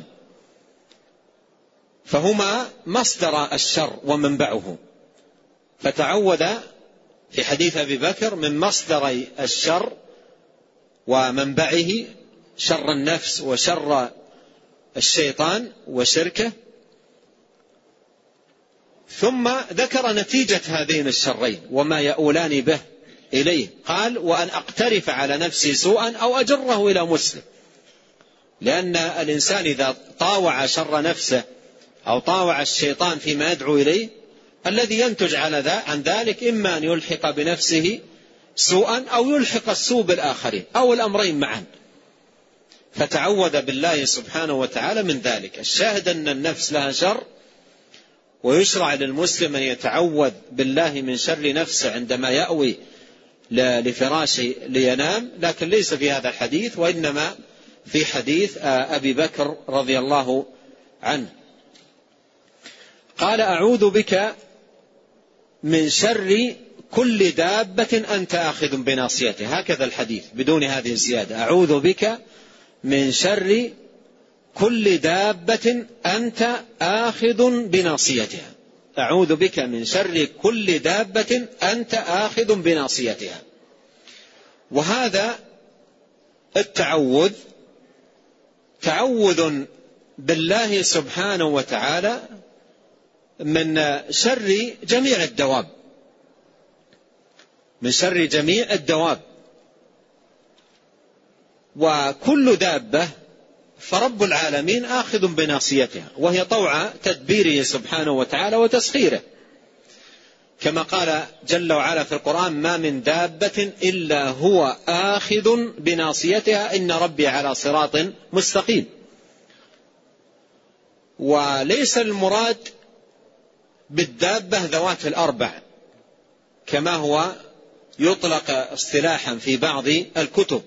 فهما مصدر الشر ومنبعه. فتعوذ في حديث أبي بكر من مصدر الشر ومنبعه، شر النفس وشر الشيطان وشركه. ثم ذكر نتيجة هذين الشرين وما يؤولان به إليه، قال: وأن أقترف على نفسي سوءا أو أجره إلى مسلم. لأن الإنسان إذا طاوع شر نفسه أو طاوع الشيطان فيما يدعو إليه، الذي ينتج عن ذلك إما أن يلحق بنفسه سوءا أو يلحق السوء بالآخرين أو الأمرين معا. فتعوذ بالله سبحانه وتعالى من ذلك. الشاهد أن النفس لها شر، ويشرع للمسلم أن يتعوذ بالله من شر نفسه عندما يأوي لفراشه لينام، لكن ليس في هذا الحديث، وإنما في حديث أبي بكر رضي الله عنه. قال: أعوذ بك من شر كل دابة أنت آخذ بناصيتها، هكذا الحديث بدون هذه الزيادة: أعوذ بك من شر كل دابة أنت آخذ بناصيتها. أعوذ بك من شر كل دابة أنت آخذ بناصيتها. وهذا التعوذ تعوذ بالله سبحانه وتعالى من شر جميع الدواب، من شر جميع الدواب. وكل دابة فرب العالمين آخذ بناصيتها، وهي طوع تدبيره سبحانه وتعالى وتسخيره، كما قال جل وعلا في القرآن: ما من دابة إلا هو آخذ بناصيتها إن ربي على صراط مستقيم. وليس المراد بالدابة ذوات الأربع كما هو يطلق اصطلاحا في بعض الكتب،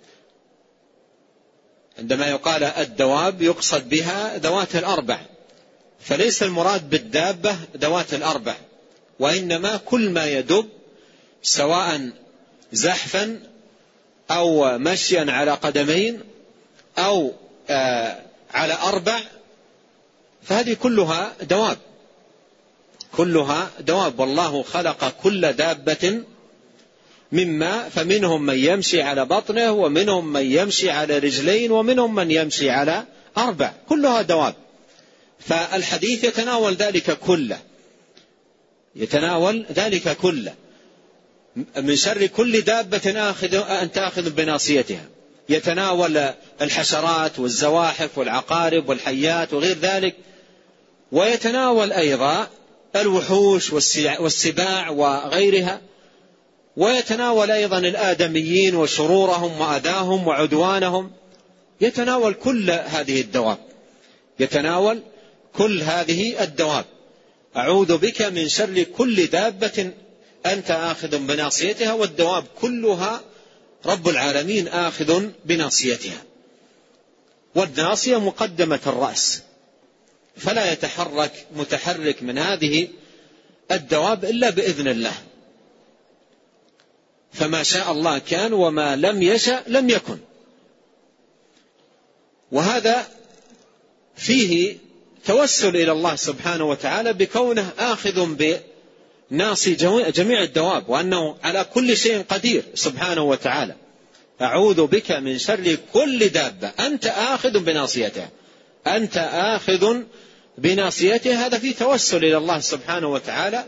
عندما يقال الدواب يقصد بها ذوات الأربع، فليس المراد بالدابة ذوات الأربع، وإنما كل ما يدب سواء زحفا أو مشيا على قدمين أو آه على أربع، فهذه كلها دواب، كلها دواب. والله خلق كل دابة مما، فمنهم من يمشي على بطنه ومنهم من يمشي على رجلين ومنهم من يمشي على أربع، كلها دواب. فالحديث يتناول ذلك كله، يتناول ذلك كله. من شر كل دابة آخذ أنت آخذ بناصيتها، يتناول الحشرات والزواحف والعقارب والحيات وغير ذلك، ويتناول أيضا الوحوش والسباع وغيرها، ويتناول أيضا الآدميين وشرورهم وأذاهم وعدوانهم، يتناول كل هذه الدواب، يتناول كل هذه الدواب. أعوذ بك من شر كل دابة أنت آخذ بناصيتها، والدواب كلها رب العالمين آخذ بناصيتها. والناصية مقدمة الرأس، فلا يتحرك متحرك من هذه الدواب إلا بإذن الله، فما شاء الله كان وما لم يشأ لم يكن. وهذا فيه توسل إلى الله سبحانه وتعالى بكونه آخذ بناصي جميع الدواب، وأنه على كل شيء قدير سبحانه وتعالى. أعوذ بك من شر كل دابة أنت آخذ بناصيتها، أنت آخذ بناصيتها. هذا فيه توسل إلى الله سبحانه وتعالى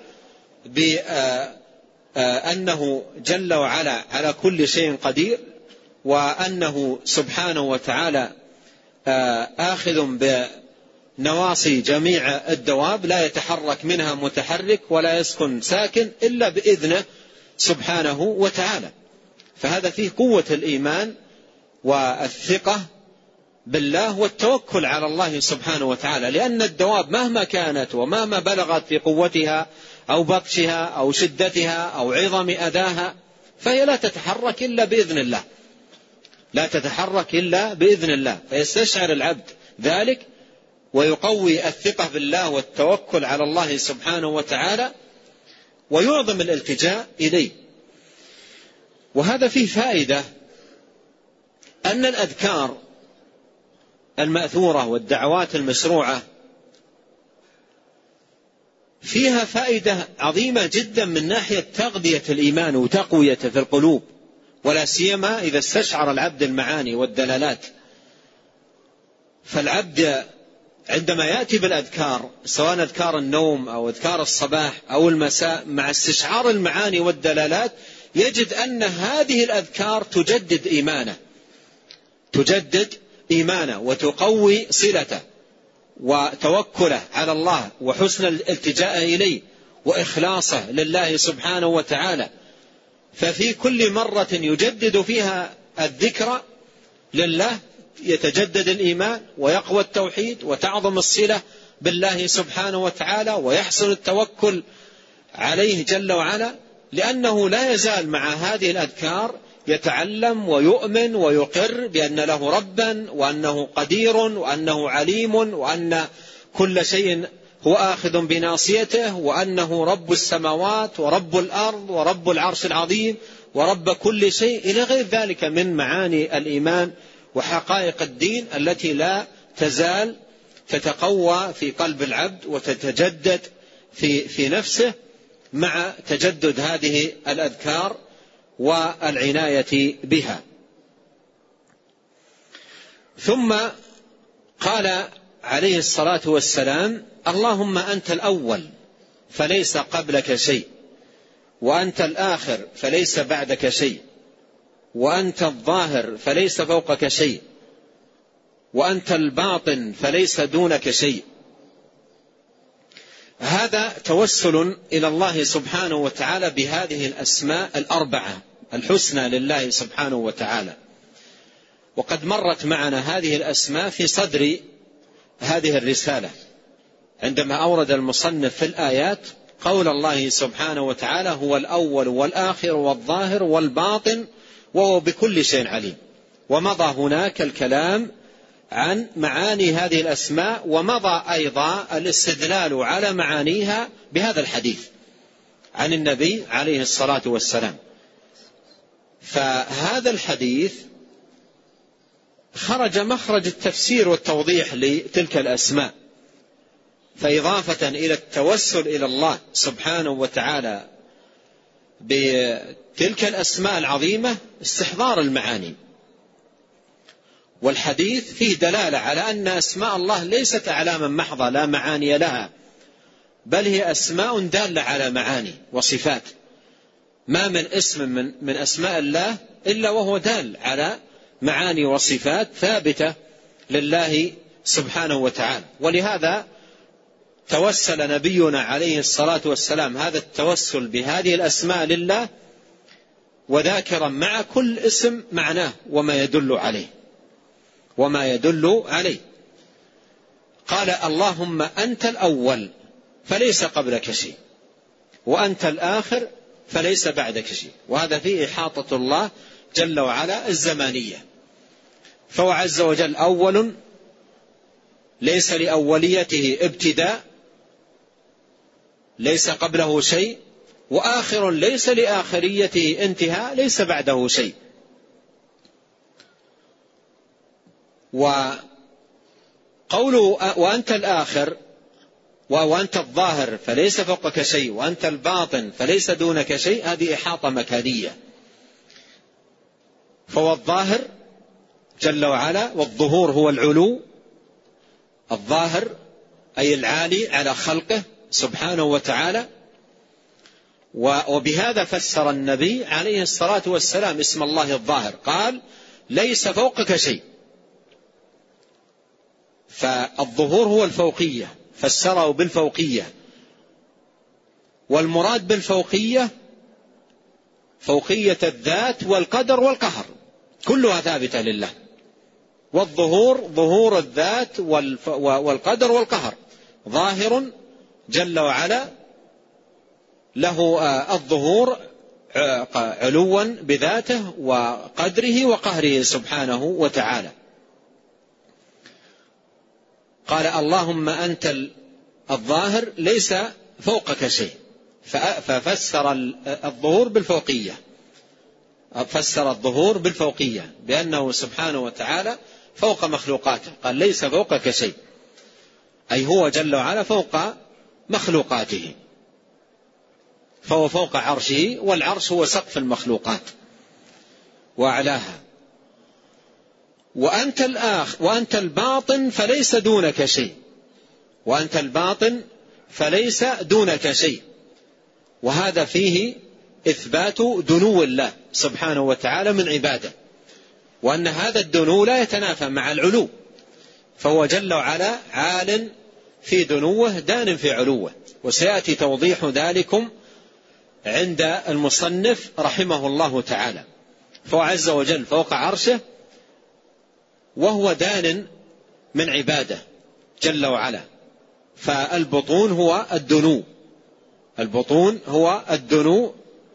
بأنه جل وعلا على كل شيء قدير، وأنه سبحانه وتعالى آخذ بنواصي جميع الدواب، لا يتحرك منها متحرك ولا يسكن ساكن إلا بإذنه سبحانه وتعالى. فهذا فيه قوة الإيمان والثقة بالله والتوكل على الله سبحانه وتعالى، لأن الدواب مهما كانت ومهما بلغت في قوتها أو بطشها أو شدتها أو عظم أذاها فهي لا تتحرك إلا بإذن الله، لا تتحرك إلا بإذن الله. فيستشعر العبد ذلك ويقوي الثقة بالله والتوكل على الله سبحانه وتعالى ويعظم الالتجاء إليه. وهذا فيه فائدة أن الأذكار المأثورة والدعوات المشروعة فيها فائدة عظيمة جدا من ناحية تغذية الإيمان وتقويته في القلوب، ولا سيما إذا استشعر العبد المعاني والدلالات. فالعبد عندما يأتي بالأذكار سواء أذكار النوم أو أذكار الصباح أو المساء مع استشعار المعاني والدلالات يجد أن هذه الأذكار تجدد إيمانه تجدد إيمانه وتقوي صلته وتوكله على الله وحسن الالتجاء إليه وإخلاصه لله سبحانه وتعالى. ففي كل مرة يجدد فيها الذكر لله يتجدد الإيمان ويقوى التوحيد وتعظم الصلة بالله سبحانه وتعالى ويحسن التوكل عليه جل وعلا، لأنه لا يزال مع هذه الأذكار يتعلم ويؤمن ويقر بأن له ربا وأنه قدير وأنه عليم وأن كل شيء هو آخذ بناصيته وأنه رب السماوات ورب الأرض ورب العرش العظيم ورب كل شيء إلى غير ذلك من معاني الإيمان وحقائق الدين التي لا تزال تتقوى في قلب العبد وتتجدد في, في نفسه مع تجدد هذه الأذكار والعناية بها. ثم قال عليه الصلاة والسلام: اللهم أنت الأول فليس قبلك شيء، وأنت الآخر فليس بعدك شيء، وأنت الظاهر فليس فوقك شيء، وأنت الباطن فليس دونك شيء. هذا توسل إلى الله سبحانه وتعالى بهذه الأسماء الأربعة الحسنى لله سبحانه وتعالى. وقد مرت معنا هذه الأسماء في صدر هذه الرسالة عندما أورد المصنف في الآيات قول الله سبحانه وتعالى: هو الأول والآخر والظاهر والباطن وهو بكل شيء عليم. ومضى هناك الكلام عن معاني هذه الأسماء، ومضى أيضا الاستدلال على معانيها بهذا الحديث عن النبي عليه الصلاة والسلام. فهذا الحديث خرج مخرج التفسير والتوضيح لتلك الأسماء، فإضافة إلى التوسل إلى الله سبحانه وتعالى بتلك الأسماء العظيمة استحضار المعاني. والحديث فيه دلالة على أن أسماء الله ليست أعلاما محضة لا معاني لها، بل هي أسماء دالة على معاني وصفات. ما من اسم من, من أسماء الله إلا وهو دال على معاني وصفات ثابتة لله سبحانه وتعالى. ولهذا توسل نبينا عليه الصلاة والسلام هذا التوسل بهذه الأسماء لله، وذاكرا مع كل اسم معناه وما يدل عليه وما يدل عليه. قال: اللهم أنت الأول فليس قبلك شيء، وأنت الآخر فليس بعدك شيء. وهذا فيه إحاطة الله جل وعلا الزمانية، فهو عز وجل أول ليس لأوليته ابتداء ليس قبله شيء، وآخر ليس لآخريته انتهاء ليس بعده شيء. وقوله وأنت الآخر وأنت الظاهر فليس فوقك شيء وأنت الباطن فليس دونك شيء، هذه إحاطة مكانية. فهو الظاهر جل وعلا، والظهور هو العلو، الظاهر أي العالي على خلقه سبحانه وتعالى. وبهذا فسر النبي عليه الصلاة والسلام اسم الله الظاهر، قال: ليس فوقك شيء. فالظهور هو الفوقية، فسره بالفوقية، والمراد بالفوقية فوقية الذات والقدر والقهر كلها ثابتة لله والظهور ظهور الذات والقدر والقهر، ظاهر جل وعلا له الظهور علوا بذاته وقدره وقهره سبحانه وتعالى. قال اللهم أنت الظاهر ليس فوقك شيء، ففسر الظهور بالفوقية، فسر الظهور بالفوقية بأنه سبحانه وتعالى فوق مخلوقاته، قال ليس فوقك شيء، أي هو جل وعلا فوق مخلوقاته، فهو فوق عرشه، والعرش هو سقف المخلوقات وأعلاها. وأنت الآخر وأنت الباطن فليس دونك شيء، وأنت الباطن فليس دونك شيء، وهذا فيه إثبات دنو الله سبحانه وتعالى من عباده، وأن هذا الدنو لا يتنافى مع العلو، فهو جل وعلا عال في دنوه دان في علوه، وسيأتي توضيح ذلكم عند المصنف رحمه الله تعالى. فهو عز وجل فوق عرشه، وهو دان من عباده جل وعلا، فالبطون هو الدنو، البطون هو الدنو،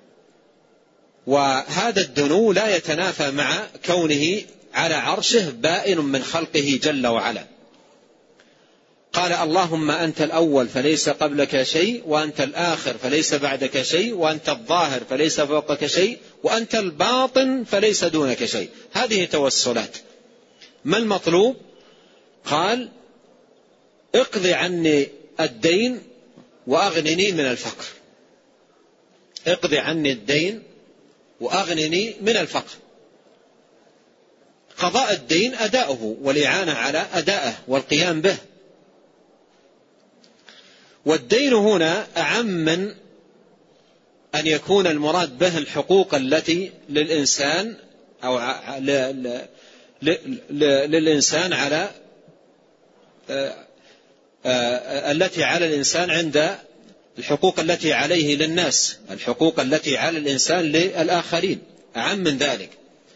وهذا الدنو لا يتنافى مع كونه على عرشه بائن من خلقه جل وعلا. قال اللهم أنت الأول فليس قبلك شيء، وأنت الآخر فليس بعدك شيء، وأنت الظاهر فليس فوقك شيء، وأنت الباطن فليس دونك شيء. هذه توسلات. ما المطلوب؟ قال اقضي عني الدين وأغنني من الفقر، اقضي عني الدين وأغنني من الفقر. قضاء الدين أداؤه والإعانة على أدائه والقيام به، والدين هنا أعم من أن يكون المراد به الحقوق التي للإنسان أو للإنسان على التي على الإنسان عند الحقوق التي عليه للناس، الحقوق التي على الإنسان للآخرين أعم من ذلك،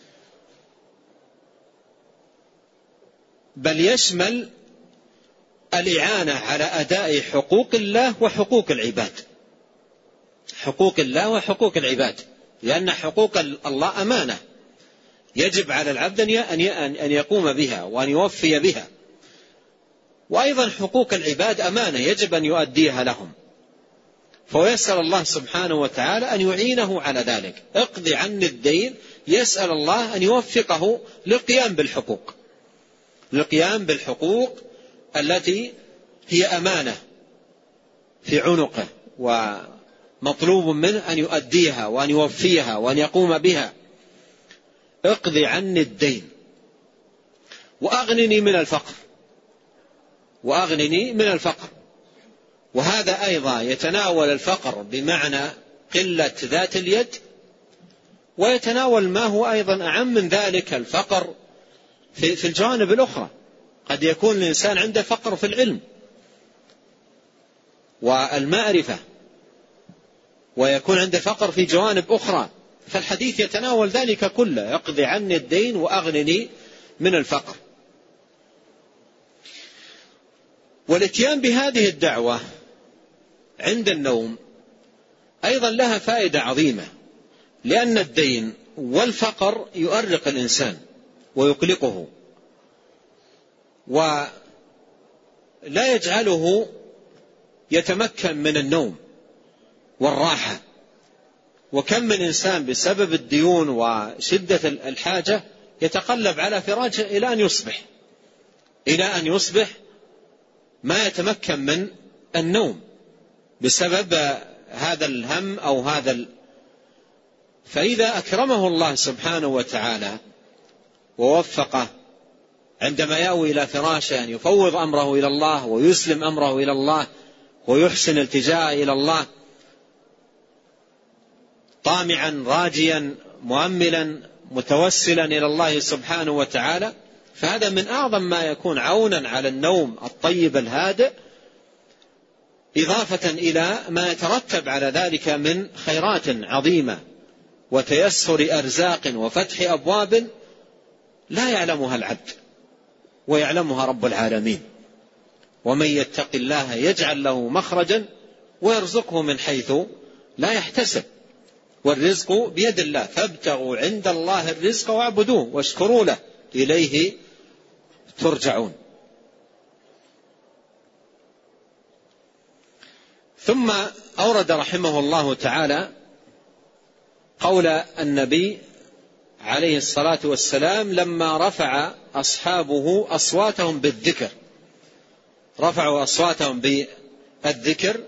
بل يشمل الإعانة على أداء حقوق الله وحقوق العباد، حقوق الله وحقوق العباد، لأن حقوق الله أمانة يجب على العبد أن يقوم بها وأن يوفي بها، وأيضا حقوق العباد أمانة يجب أن يؤديها لهم، فيسأل الله سبحانه وتعالى أن يعينه على ذلك. اقضي عني الدين، يسأل الله أن يوفقه للقيام بالحقوق، للقيام بالحقوق التي هي أمانة في عنقه، ومطلوب منه أن يؤديها وأن يوفيها وأن يقوم بها. اقضي عني الدين وأغنني من الفقر، وأغنني من الفقر، وهذا أيضا يتناول الفقر بمعنى قلة ذات اليد، ويتناول ما هو أيضا أعم من ذلك، الفقر في, في الجوانب الأخرى. قد يكون الإنسان عنده فقر في العلم والمعرفة، ويكون عنده فقر في جوانب أخرى، فالحديث يتناول ذلك كله. اقضي عني الدين وأغنني من الفقر. والاتيان بهذه الدعوة عند النوم أيضا لها فائدة عظيمة، لأن الدين والفقر يؤرق الإنسان ويقلقه، ولا يجعله يتمكن من النوم والراحة. وكم من إنسان بسبب الديون وشدة الحاجة يتقلب على فراشه إلى أن يصبح إلى أن يصبح ما يتمكن من النوم بسبب هذا الهم أو هذا ال... فإذا أكرمه الله سبحانه وتعالى ووفقه عندما يأوي إلى فراشه أن يفوض أمره إلى الله ويسلم أمره إلى الله ويحسن التجاء إلى الله، طامعا راجيا مؤملا متوسلا إلى الله سبحانه وتعالى، فهذا من أعظم ما يكون عونا على النوم الطيب الهادئ، إضافة إلى ما يترتب على ذلك من خيرات عظيمة وتيسر أرزاق وفتح أبواب لا يعلمها العبد ويعلمها رب العالمين. ومن يتق الله يجعل له مخرجا ويرزقه من حيث لا يحتسب، والرزق بيد الله، فابتغوا عند الله الرزق واعبدوه واشكروا له إليه ترجعون. ثم أورد رحمه الله تعالى قول النبي عليه الصلاة والسلام لما رفع أصحابه أصواتهم بالذكر، رفعوا أصواتهم بالذكر،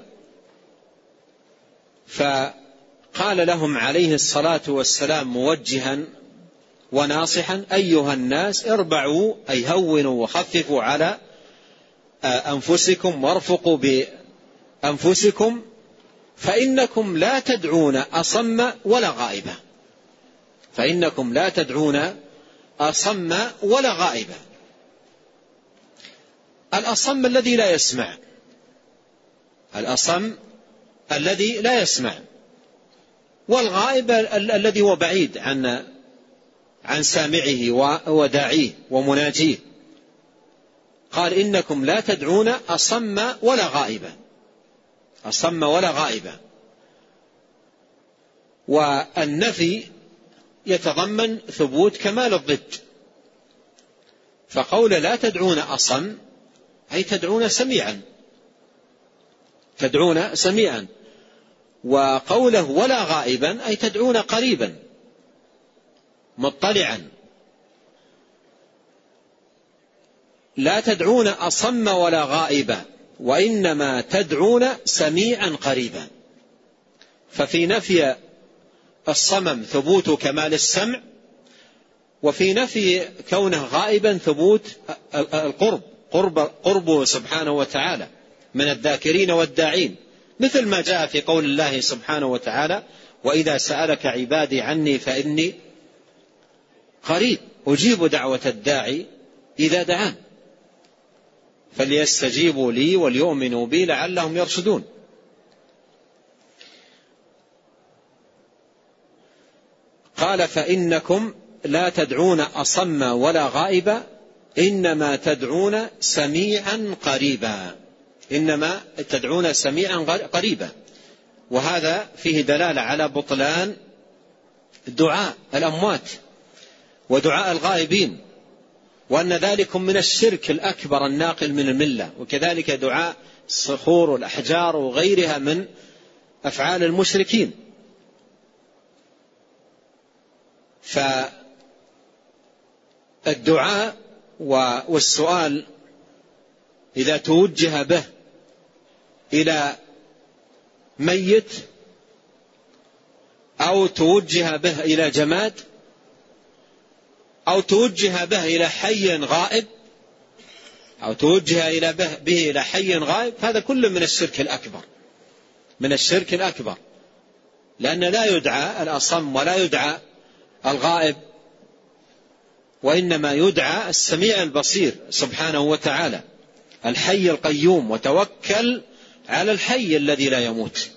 فقال لهم عليه الصلاة والسلام موجها وناصحا: أيها الناس اربعوا، أي هونوا وخففوا على أنفسكم وارفقوا بأنفسكم، فإنكم لا تدعون أصم ولا غائبا، فإنكم لا تدعون أصم ولا غائبا. الأصم الذي لا يسمع، الأصم الذي لا يسمع، والغائب الذي هو بعيد عن عن سامعه وداعيه ومناجيه. قال: إنكم لا تدعون أصم ولا غائبا، أصم ولا غائبا. والنفي يتضمن ثبوت كمال الضد، فقول لا تدعون أصم أي تدعون سميعا، تدعون سميعا، وقوله ولا غائبا أي تدعون قريبا مطلعا. لا تدعون أصم ولا غائبا، وإنما تدعون سميعا قريبا. ففي نفي الصمم ثبوت كمال السمع، وفي نفي كونه غائبا ثبوت القرب، قرب قربه سبحانه وتعالى من الذاكرين والداعين، مثل ما جاء في قول الله سبحانه وتعالى: وإذا سألك عبادي عني فإني قريب أجيب دعوة الداعي إذا دعان فليستجيبوا لي وليؤمنوا بي لعلهم يرشدون. قال: فإنكم لا تدعون أصم ولا غائبا، إنما تدعون سميعا قريبا، إنما تدعون سميعا قريبا. وهذا فيه دلالة على بطلان دعاء الأموات ودعاء الغائبين، وأن ذلك من الشرك الأكبر الناقل من الملة، وكذلك دعاء الصخور والأحجار وغيرها من أفعال المشركين. فالدعاء والسؤال إذا توجه به إلى ميت أو توجه به إلى جماد أو توجه به إلى حي غائب أو توجه إلى به, به إلى حي غائب، هذا كله من الشرك الأكبر، من الشرك الأكبر، لأن لا يدعى الأصم ولا يدعى الغائب، وإنما يدعى السميع البصير سبحانه وتعالى الحي القيوم، وتوكل على الحي الذي لا يموت.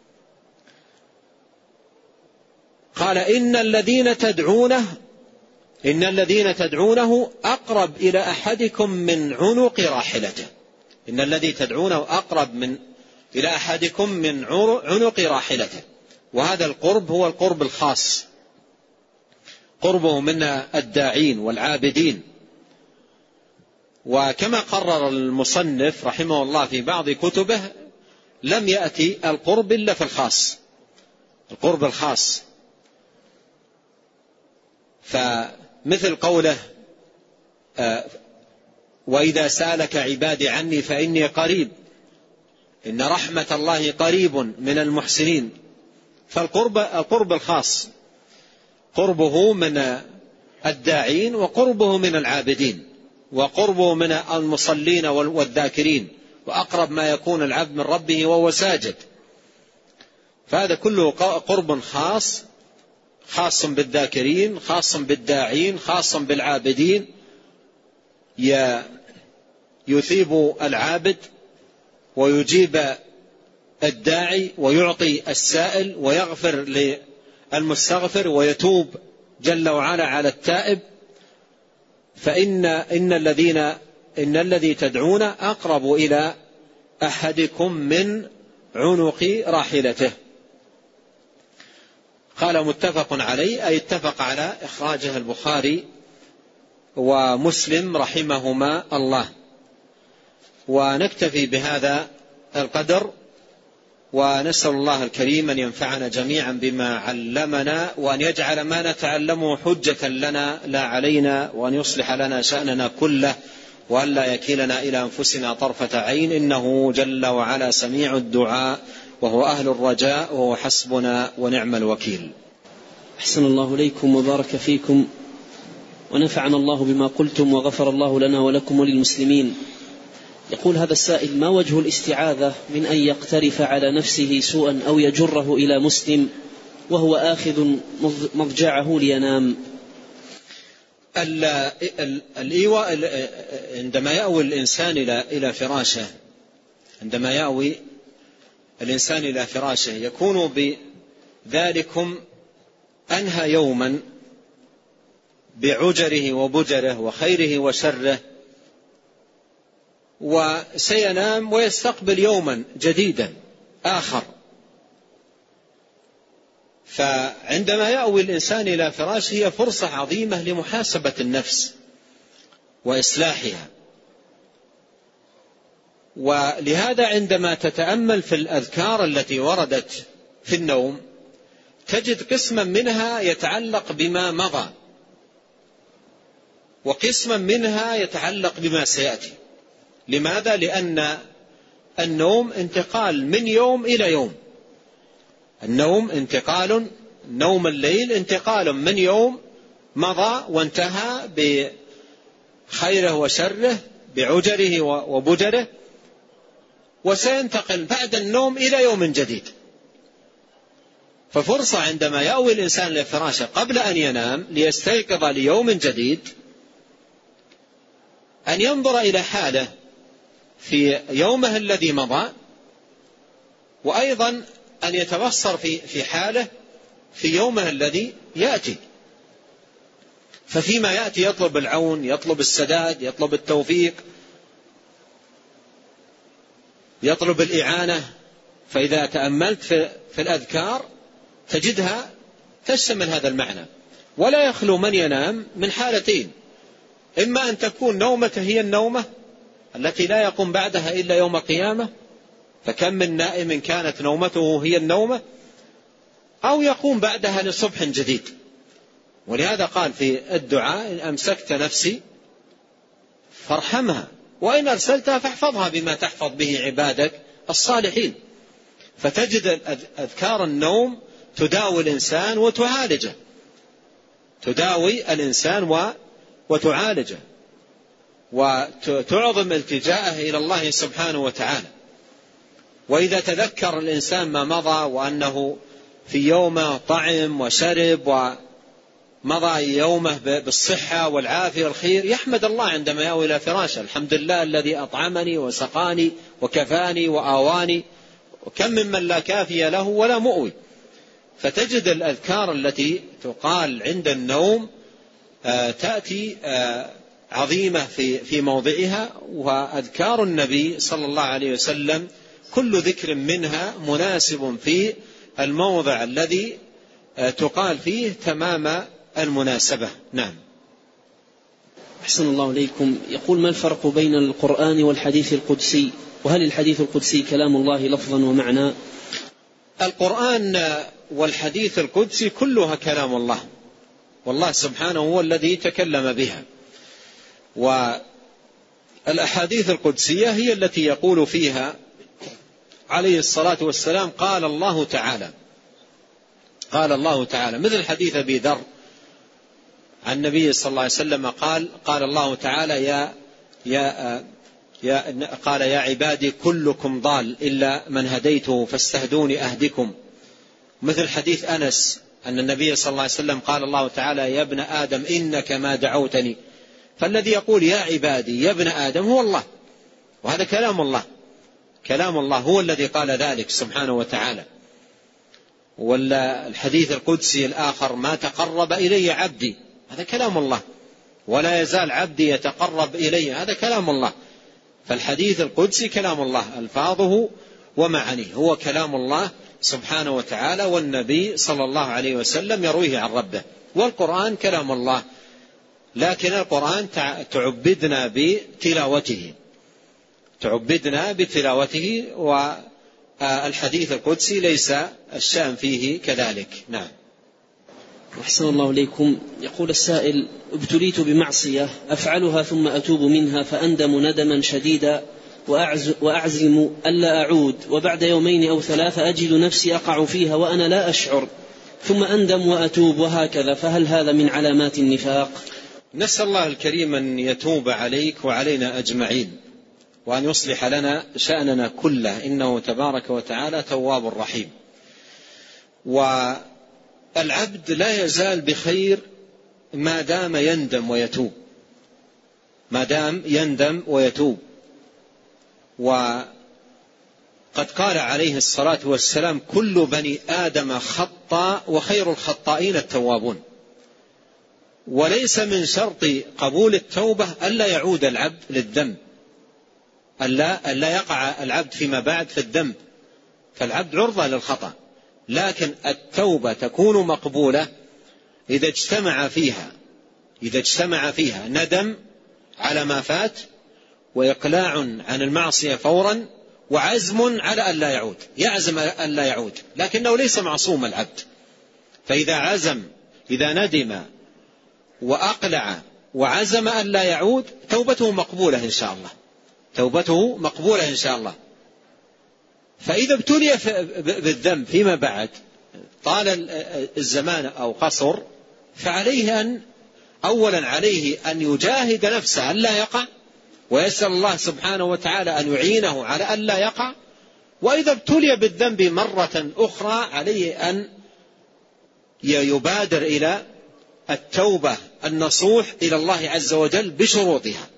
قال: إن الذين تدعونه إن الذين تدعونه أقرب إلى أحدكم من عنق راحلته، إن الذي تدعونه أقرب من إلى أحدكم من عنق راحلته. وهذا القرب هو القرب الخاص، قربه من الداعين والعابدين. وكما قرر المصنف رحمه الله في بعض كتبه، لم يأتي القرب إلا في الخاص، القرب الخاص. فمثل قوله: وإذا سألك عبادي عني فإني قريب إن رحمة الله قريب من المحسنين. فالقرب القرب الخاص، قربه من الداعين وقربه من العابدين وقربه من المصلين والذاكرين، وأقرب ما يكون العبد من ربه وهو ساجد. فهذا كله قرب خاص، خاص بالذاكرين، خاص بالداعين، خاص بالعابدين، يثيب العابد ويجيب الداعي ويعطي السائل ويغفر للمستغفر ويتوب جل وعلا على التائب. فإن إن الذين إن الذي تدعون أقرب إلى أحدكم من عنق راحلته. قال متفق عليه، أي اتفق على إخراجه البخاري ومسلم رحمهما الله. ونكتفي بهذا القدر، ونسأل الله الكريم أن ينفعنا جميعا بما علمنا، وأن يجعل ما نتعلمه حجة لنا لا علينا، وأن يصلح لنا شأننا كله، وأن لا يكلنا إلى أنفسنا طرفة عين، إنه جل وعلا سميع الدعاء وهو أهل الرجاء وهو حسبنا ونعم الوكيل. أحسن الله إليكم وبارك فيكم، ونفعنا الله بما قلتم، وغفر الله لنا ولكم وللمسلمين. يقول هذا السائل: ما وجه الاستعاذة من أن يقترف على نفسه سوءا أو يجره إلى مسلم وهو آخذ مضجعه لينام؟ الإيواء عندما يأوي الإنسان إلى فراشه عندما يأوي الإنسان إلى فراشه يكون بذلكم أنهى يوما بعجره وبجره وخيره وشره، وسينام ويستقبل يوما جديدا آخر. فعندما يأوي الإنسان إلى فراشه هي فرصة عظيمة لمحاسبة النفس وإصلاحها. ولهذا عندما تتأمل في الأذكار التي وردت في النوم تجد قسما منها يتعلق بما مضى، وقسما منها يتعلق بما سيأتي. لماذا؟ لأن النوم انتقال من يوم إلى يوم. النوم انتقال، نوم الليل انتقال من يوم مضى وانتهى بخيره وشره بعجره وبجره، وسينتقل بعد النوم إلى يوم جديد. ففرصة عندما يأوي الإنسان لفراشه قبل أن ينام ليستيقظ ليوم جديد أن ينظر إلى حاله في يومه الذي مضى، وأيضا أن يتبصر في في حاله في يومه الذي يأتي. ففيما يأتي يطلب العون، يطلب السداد، يطلب التوفيق، يطلب الإعانة. فإذا تأملت في, في الأذكار تجدها تشمل هذا المعنى. ولا يخلو من ينام من حالتين: إما أن تكون نومته هي النومة التي لا يقوم بعدها إلا يوم القيامة، فكم من نائم كانت نومته هي النومة، أو يقوم بعدها لصبح جديد. ولهذا قال في الدعاء: إن أمسكت نفسي فارحمها، وإن أرسلتها فاحفظها بما تحفظ به عبادك الصالحين. فتجد أذكار النوم تداوي الإنسان وتعالجه، تداوي الإنسان وتعالجه، وتعظم التجاءه إلى الله سبحانه وتعالى. وإذا تذكر الإنسان ما مضى، وأنه في يومه طعم وشرب ومضى يومه بالصحة والعافية والخير، يحمد الله عندما يأوي إلى فراشه: الحمد لله الذي أطعمني وسقاني وكفاني وآواني، وكم ممن لا كافي له ولا مؤوي. فتجد الأذكار التي تقال عند النوم تأتي عظيمة في في موضعها. وأذكار النبي صلى الله عليه وسلم كل ذكر منها مناسب في الموضع الذي تقال فيه تمام المناسبة. نعم. أحسن الله إليكم. يقول: ما الفرق بين القرآن والحديث القدسي؟ وهل الحديث القدسي كلام الله لفظا ومعنى؟ القرآن والحديث القدسي كلها كلام الله، والله سبحانه هو الذي تكلم بها. والأحاديث القدسية هي التي يقول فيها عليه الصلاة والسلام: قال الله تعالى، قال الله تعالى، مثل حديث أبي ذر عن النبي صلى الله عليه وسلم قال: قال الله تعالى: يا يا يا قال: يا عبادي كلكم ضال إلا من هديته فاستهدوني أهدكم. مثل حديث أنس أن النبي صلى الله عليه وسلم قال الله تعالى: يا ابن آدم إنك ما دعوتني. فالذي يقول يا عبادي يا ابن آدم هو الله، وهذا كلام الله، كلام الله هو الذي قال ذلك سبحانه وتعالى. والحديث القدسي الآخر: ما تقرب إلي عبدي، هذا كلام الله، ولا يزال عبدي يتقرب إلي، هذا كلام الله. فالحديث القدسي كلام الله ألفاظه ومعانيه، هو كلام الله سبحانه وتعالى، والنبي صلى الله عليه وسلم يرويه عن ربه. والقرآن كلام الله، لكن القرآن تعبدنا بتلاوته تعبدنا بتلاوته والحديث القدسي ليس الشأن فيه كذلك. نعم. أحسن الله إليكم. يقول السائل: ابتليت بمعصية أفعلها ثم أتوب منها فأندم ندما شديدا وأعزم ألا أعود، وبعد يومين أو ثلاثة أجد نفسي أقع فيها وأنا لا أشعر، ثم أندم وأتوب، وهكذا، فهل هذا من علامات النفاق؟ نسأل الله الكريم أن يتوب عليك وعلينا أجمعين، وأن يصلح لنا شأننا كله، إنه تبارك وتعالى تواب رحيم. والعبد لا يزال بخير ما دام يندم ويتوب، ما دام يندم ويتوب. وقد قال عليه الصلاة والسلام: كل بني آدم خطاء وخير الخطائين التوابون. وليس من شرط قبول التوبة ألا يعود العبد للذنب، ألا, ألا يقع العبد فيما بعد في الذنب، فالعبد عرضة للخطأ، لكن التوبة تكون مقبولة إذا اجتمع فيها إذا اجتمع فيها ندم على ما فات، وإقلاع عن المعصية فورا، وعزم على ألا يعود، يعزم ألا يعود، لكنه ليس معصوم العبد. فإذا عزم إذا ندم وأقلع وعزم ألا يعود توبته مقبولة إن شاء الله، توبته مقبولة إن شاء الله. فإذا ابتلي بالذنب فيما بعد طال الزمان أو قصر، فعليه أن أولا عليه أن يجاهد نفسه ألا يقع، ويسأل الله سبحانه وتعالى أن يعينه على ألا يقع. وإذا ابتلي بالذنب مرة أخرى عليه أن يبادر إلى التوبة النصوح إلى الله عز وجل بشروطها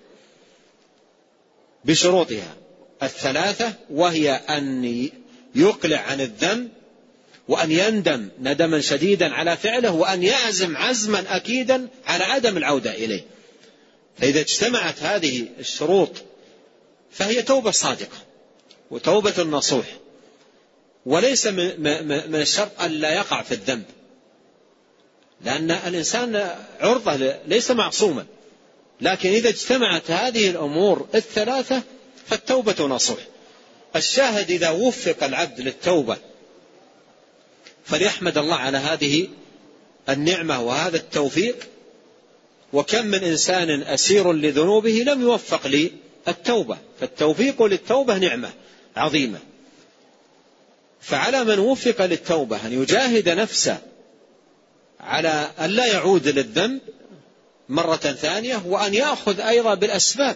بشروطها الثلاثة، وهي أن يقلع عن الذنب، وأن يندم ندما شديدا على فعله، وأن يعزم عزما أكيدا على عدم العودة إليه. فإذا اجتمعت هذه الشروط فهي توبة صادقة وتوبة النصوح، وليس من الشرط أن لا يقع في الذنب، لأن الإنسان عرضة ليس معصوما، لكن إذا اجتمعت هذه الأمور الثلاثة فالتوبة نصوح. الشاهد إذا وفق العبد للتوبة فليحمد الله على هذه النعمة وهذا التوفيق. وكم من إنسان أسير لذنوبه لم يوفق للتوبة، فالتوفيق للتوبة نعمة عظيمة. فعلى من وفق للتوبة أن يجاهد نفسه على أن لا يعود للذنب مرة ثانية، وأن يأخذ أيضا بالأسباب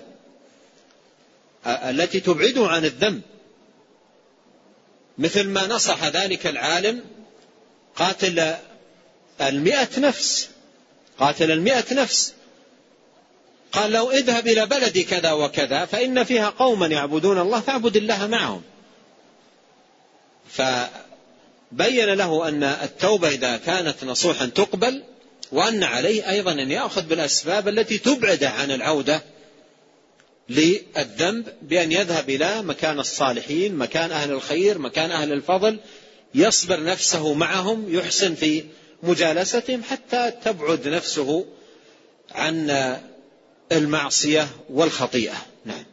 التي تبعده عن الذنب، مثل ما نصح ذلك العالم قاتل المئة نفس قاتل المئة نفس قال لو اذهب إلى بلد كذا وكذا فإن فيها قوما يعبدون الله فاعبد الله معهم. فبين له أن التوبة إذا كانت نصوحا تقبل، وأن عليه أيضا أن يأخذ بالأسباب التي تبعد عن العودة للذنب، بأن يذهب إلى مكان الصالحين، مكان أهل الخير، مكان أهل الفضل، يصبر نفسه معهم، يحسن في مجالستهم حتى تبعد نفسه عن المعصية والخطيئة. نعم.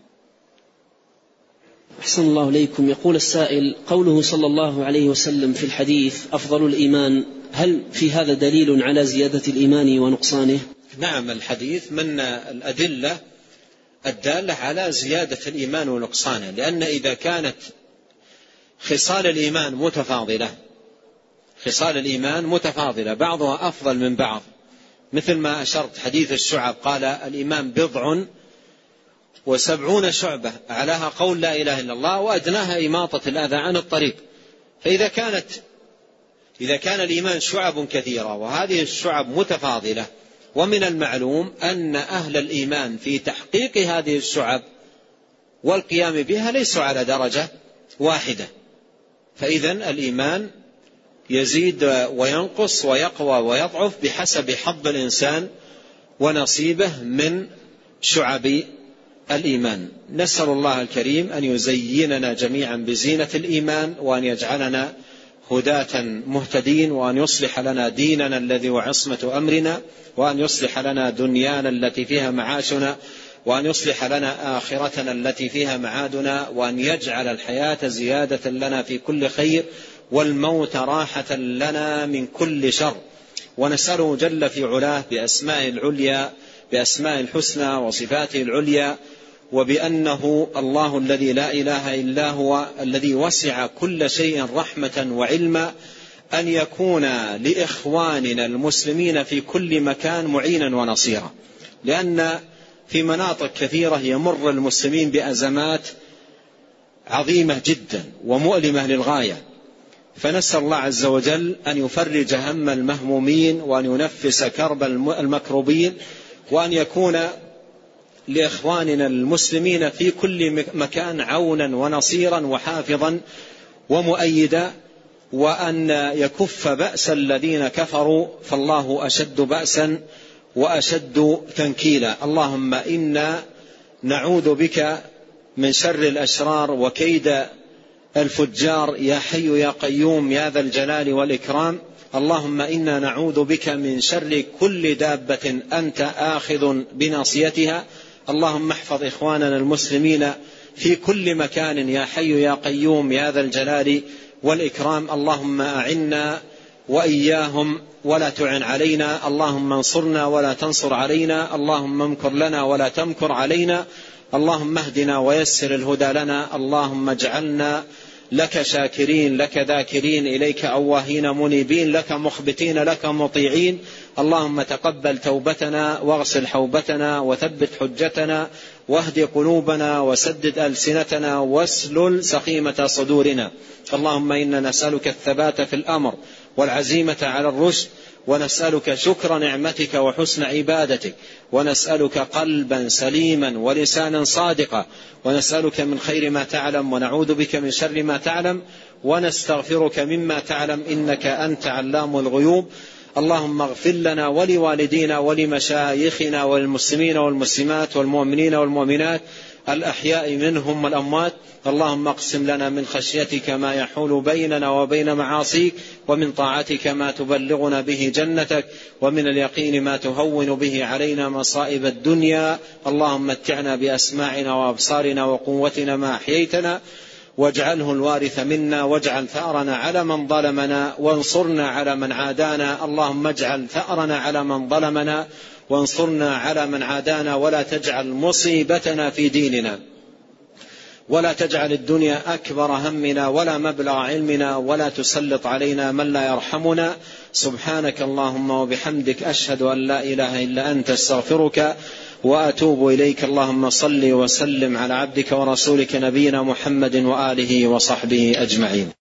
أحسن الله إليكم. يقول السائل: قوله صلى الله عليه وسلم في الحديث أفضل الإيمان، هل في هذا دليل على زيادة الإيمان ونقصانه؟ نعم، الحديث من الأدلة الدالة على زيادة الإيمان ونقصانه، لأن إذا كانت خصال الإيمان متفاضلة خصال الإيمان متفاضلة بعضها أفضل من بعض، مثل ما أشرت حديث الشعب قال الإيمان بضع وسبعون شعبة، أعلاها قول لا إله إلا الله، وأدناها إماطة الأذى عن الطريق. فإذا كانت إذا كان الإيمان شعب كثيرة وهذه الشعب متفاضلة، ومن المعلوم أن أهل الإيمان في تحقيق هذه الشعب والقيام بها ليسوا على درجة واحدة، فإذن الإيمان يزيد وينقص ويقوى ويضعف بحسب حظ الإنسان ونصيبه من شعب الإيمان. نسأل الله الكريم أن يزيننا جميعا بزينة الإيمان، وأن يجعلنا هداة مهتدين، وأن يصلح لنا ديننا الذي هو عصمة أمرنا، وأن يصلح لنا دنيانا التي فيها معاشنا، وأن يصلح لنا آخرتنا التي فيها معادنا، وأن يجعل الحياة زيادة لنا في كل خير، والموت راحة لنا من كل شر. ونسأله جل في علاه بأسمائه العليا بأسماء الحسنى وصفاته العليا، وبأنه الله الذي لا إله إلا هو الذي وسع كل شيء رحمة وعلما، أن يكون لإخواننا المسلمين في كل مكان معينا ونصيرا، لأن في مناطق كثيرة يمر المسلمين بأزمات عظيمة جدا ومؤلمة للغاية، فنسأل الله عز وجل أن يفرج هم المهمومين، وأن ينفس كرب المكروبين، وأن يكون لإخواننا المسلمين في كل مكان عونا ونصيرا وحافظا ومؤيدا، وأن يكف بأس الذين كفروا، فالله أشد بأسا وأشد تنكيلا. اللهم إنا نعوذ بك من شر الأشرار وكيد الفجار، يا حي يا قيوم يا ذا الجلال والإكرام. اللهم إنا نعوذ بك من شر كل دابة أنت آخذ بناصيتها. اللهم احفظ إخواننا المسلمين في كل مكان يا حي يا قيوم يا ذا الجلال والإكرام. اللهم أعنا وإياهم ولا تعن علينا، اللهم انصرنا ولا تنصر علينا، اللهم امكر لنا ولا تمكر علينا، اللهم اهدنا ويسر الهدى لنا، اللهم اجعلنا لك شاكرين، لك ذاكرين، إليك أواهين منيبين، لك مخبتين، لك مطيعين. اللهم تقبل توبتنا واغسل حوبتنا وثبت حجتنا واهد قلوبنا وسدد ألسنتنا واسلل سخيمة صدورنا. اللهم إنا نسألك الثبات في الأمر والعزيمة على الرشد، ونسألك شكر نعمتك وحسن عبادتك، ونسألك قلبا سليما ولسانا صادقا، ونسألك من خير ما تعلم ونعوذ بك من شر ما تعلم، ونستغفرك مما تعلم، إنك أنت علام الغيوب. اللهم اغفر لنا ولوالدينا ولمشايخنا والمسلمين والمسلمات والمؤمنين والمؤمنات الأحياء منهم والأموات. اللهم اقسم لنا من خشيتك ما يحول بيننا وبين معاصيك، ومن طاعتك ما تبلغنا به جنتك، ومن اليقين ما تهون به علينا مصائب الدنيا. اللهم متعنا بأسماعنا وأبصارنا وقوتنا ما أحييتنا، واجعله الوارث منا، واجعل ثأرنا على من ظلمنا، وانصرنا على من عادانا. اللهم اجعل ثأرنا على من ظلمنا، وانصرنا على من عادانا، ولا تجعل مصيبتنا في ديننا، ولا تجعل الدنيا أكبر همنا ولا مبلغ علمنا، ولا تسلط علينا من لا يرحمنا. سبحانك اللهم وبحمدك، أشهد أن لا إله إلا أنت، استغفرك وأتوب إليك. اللهم صل وسلم على عبدك ورسولك نبينا محمد وآله وصحبه أجمعين.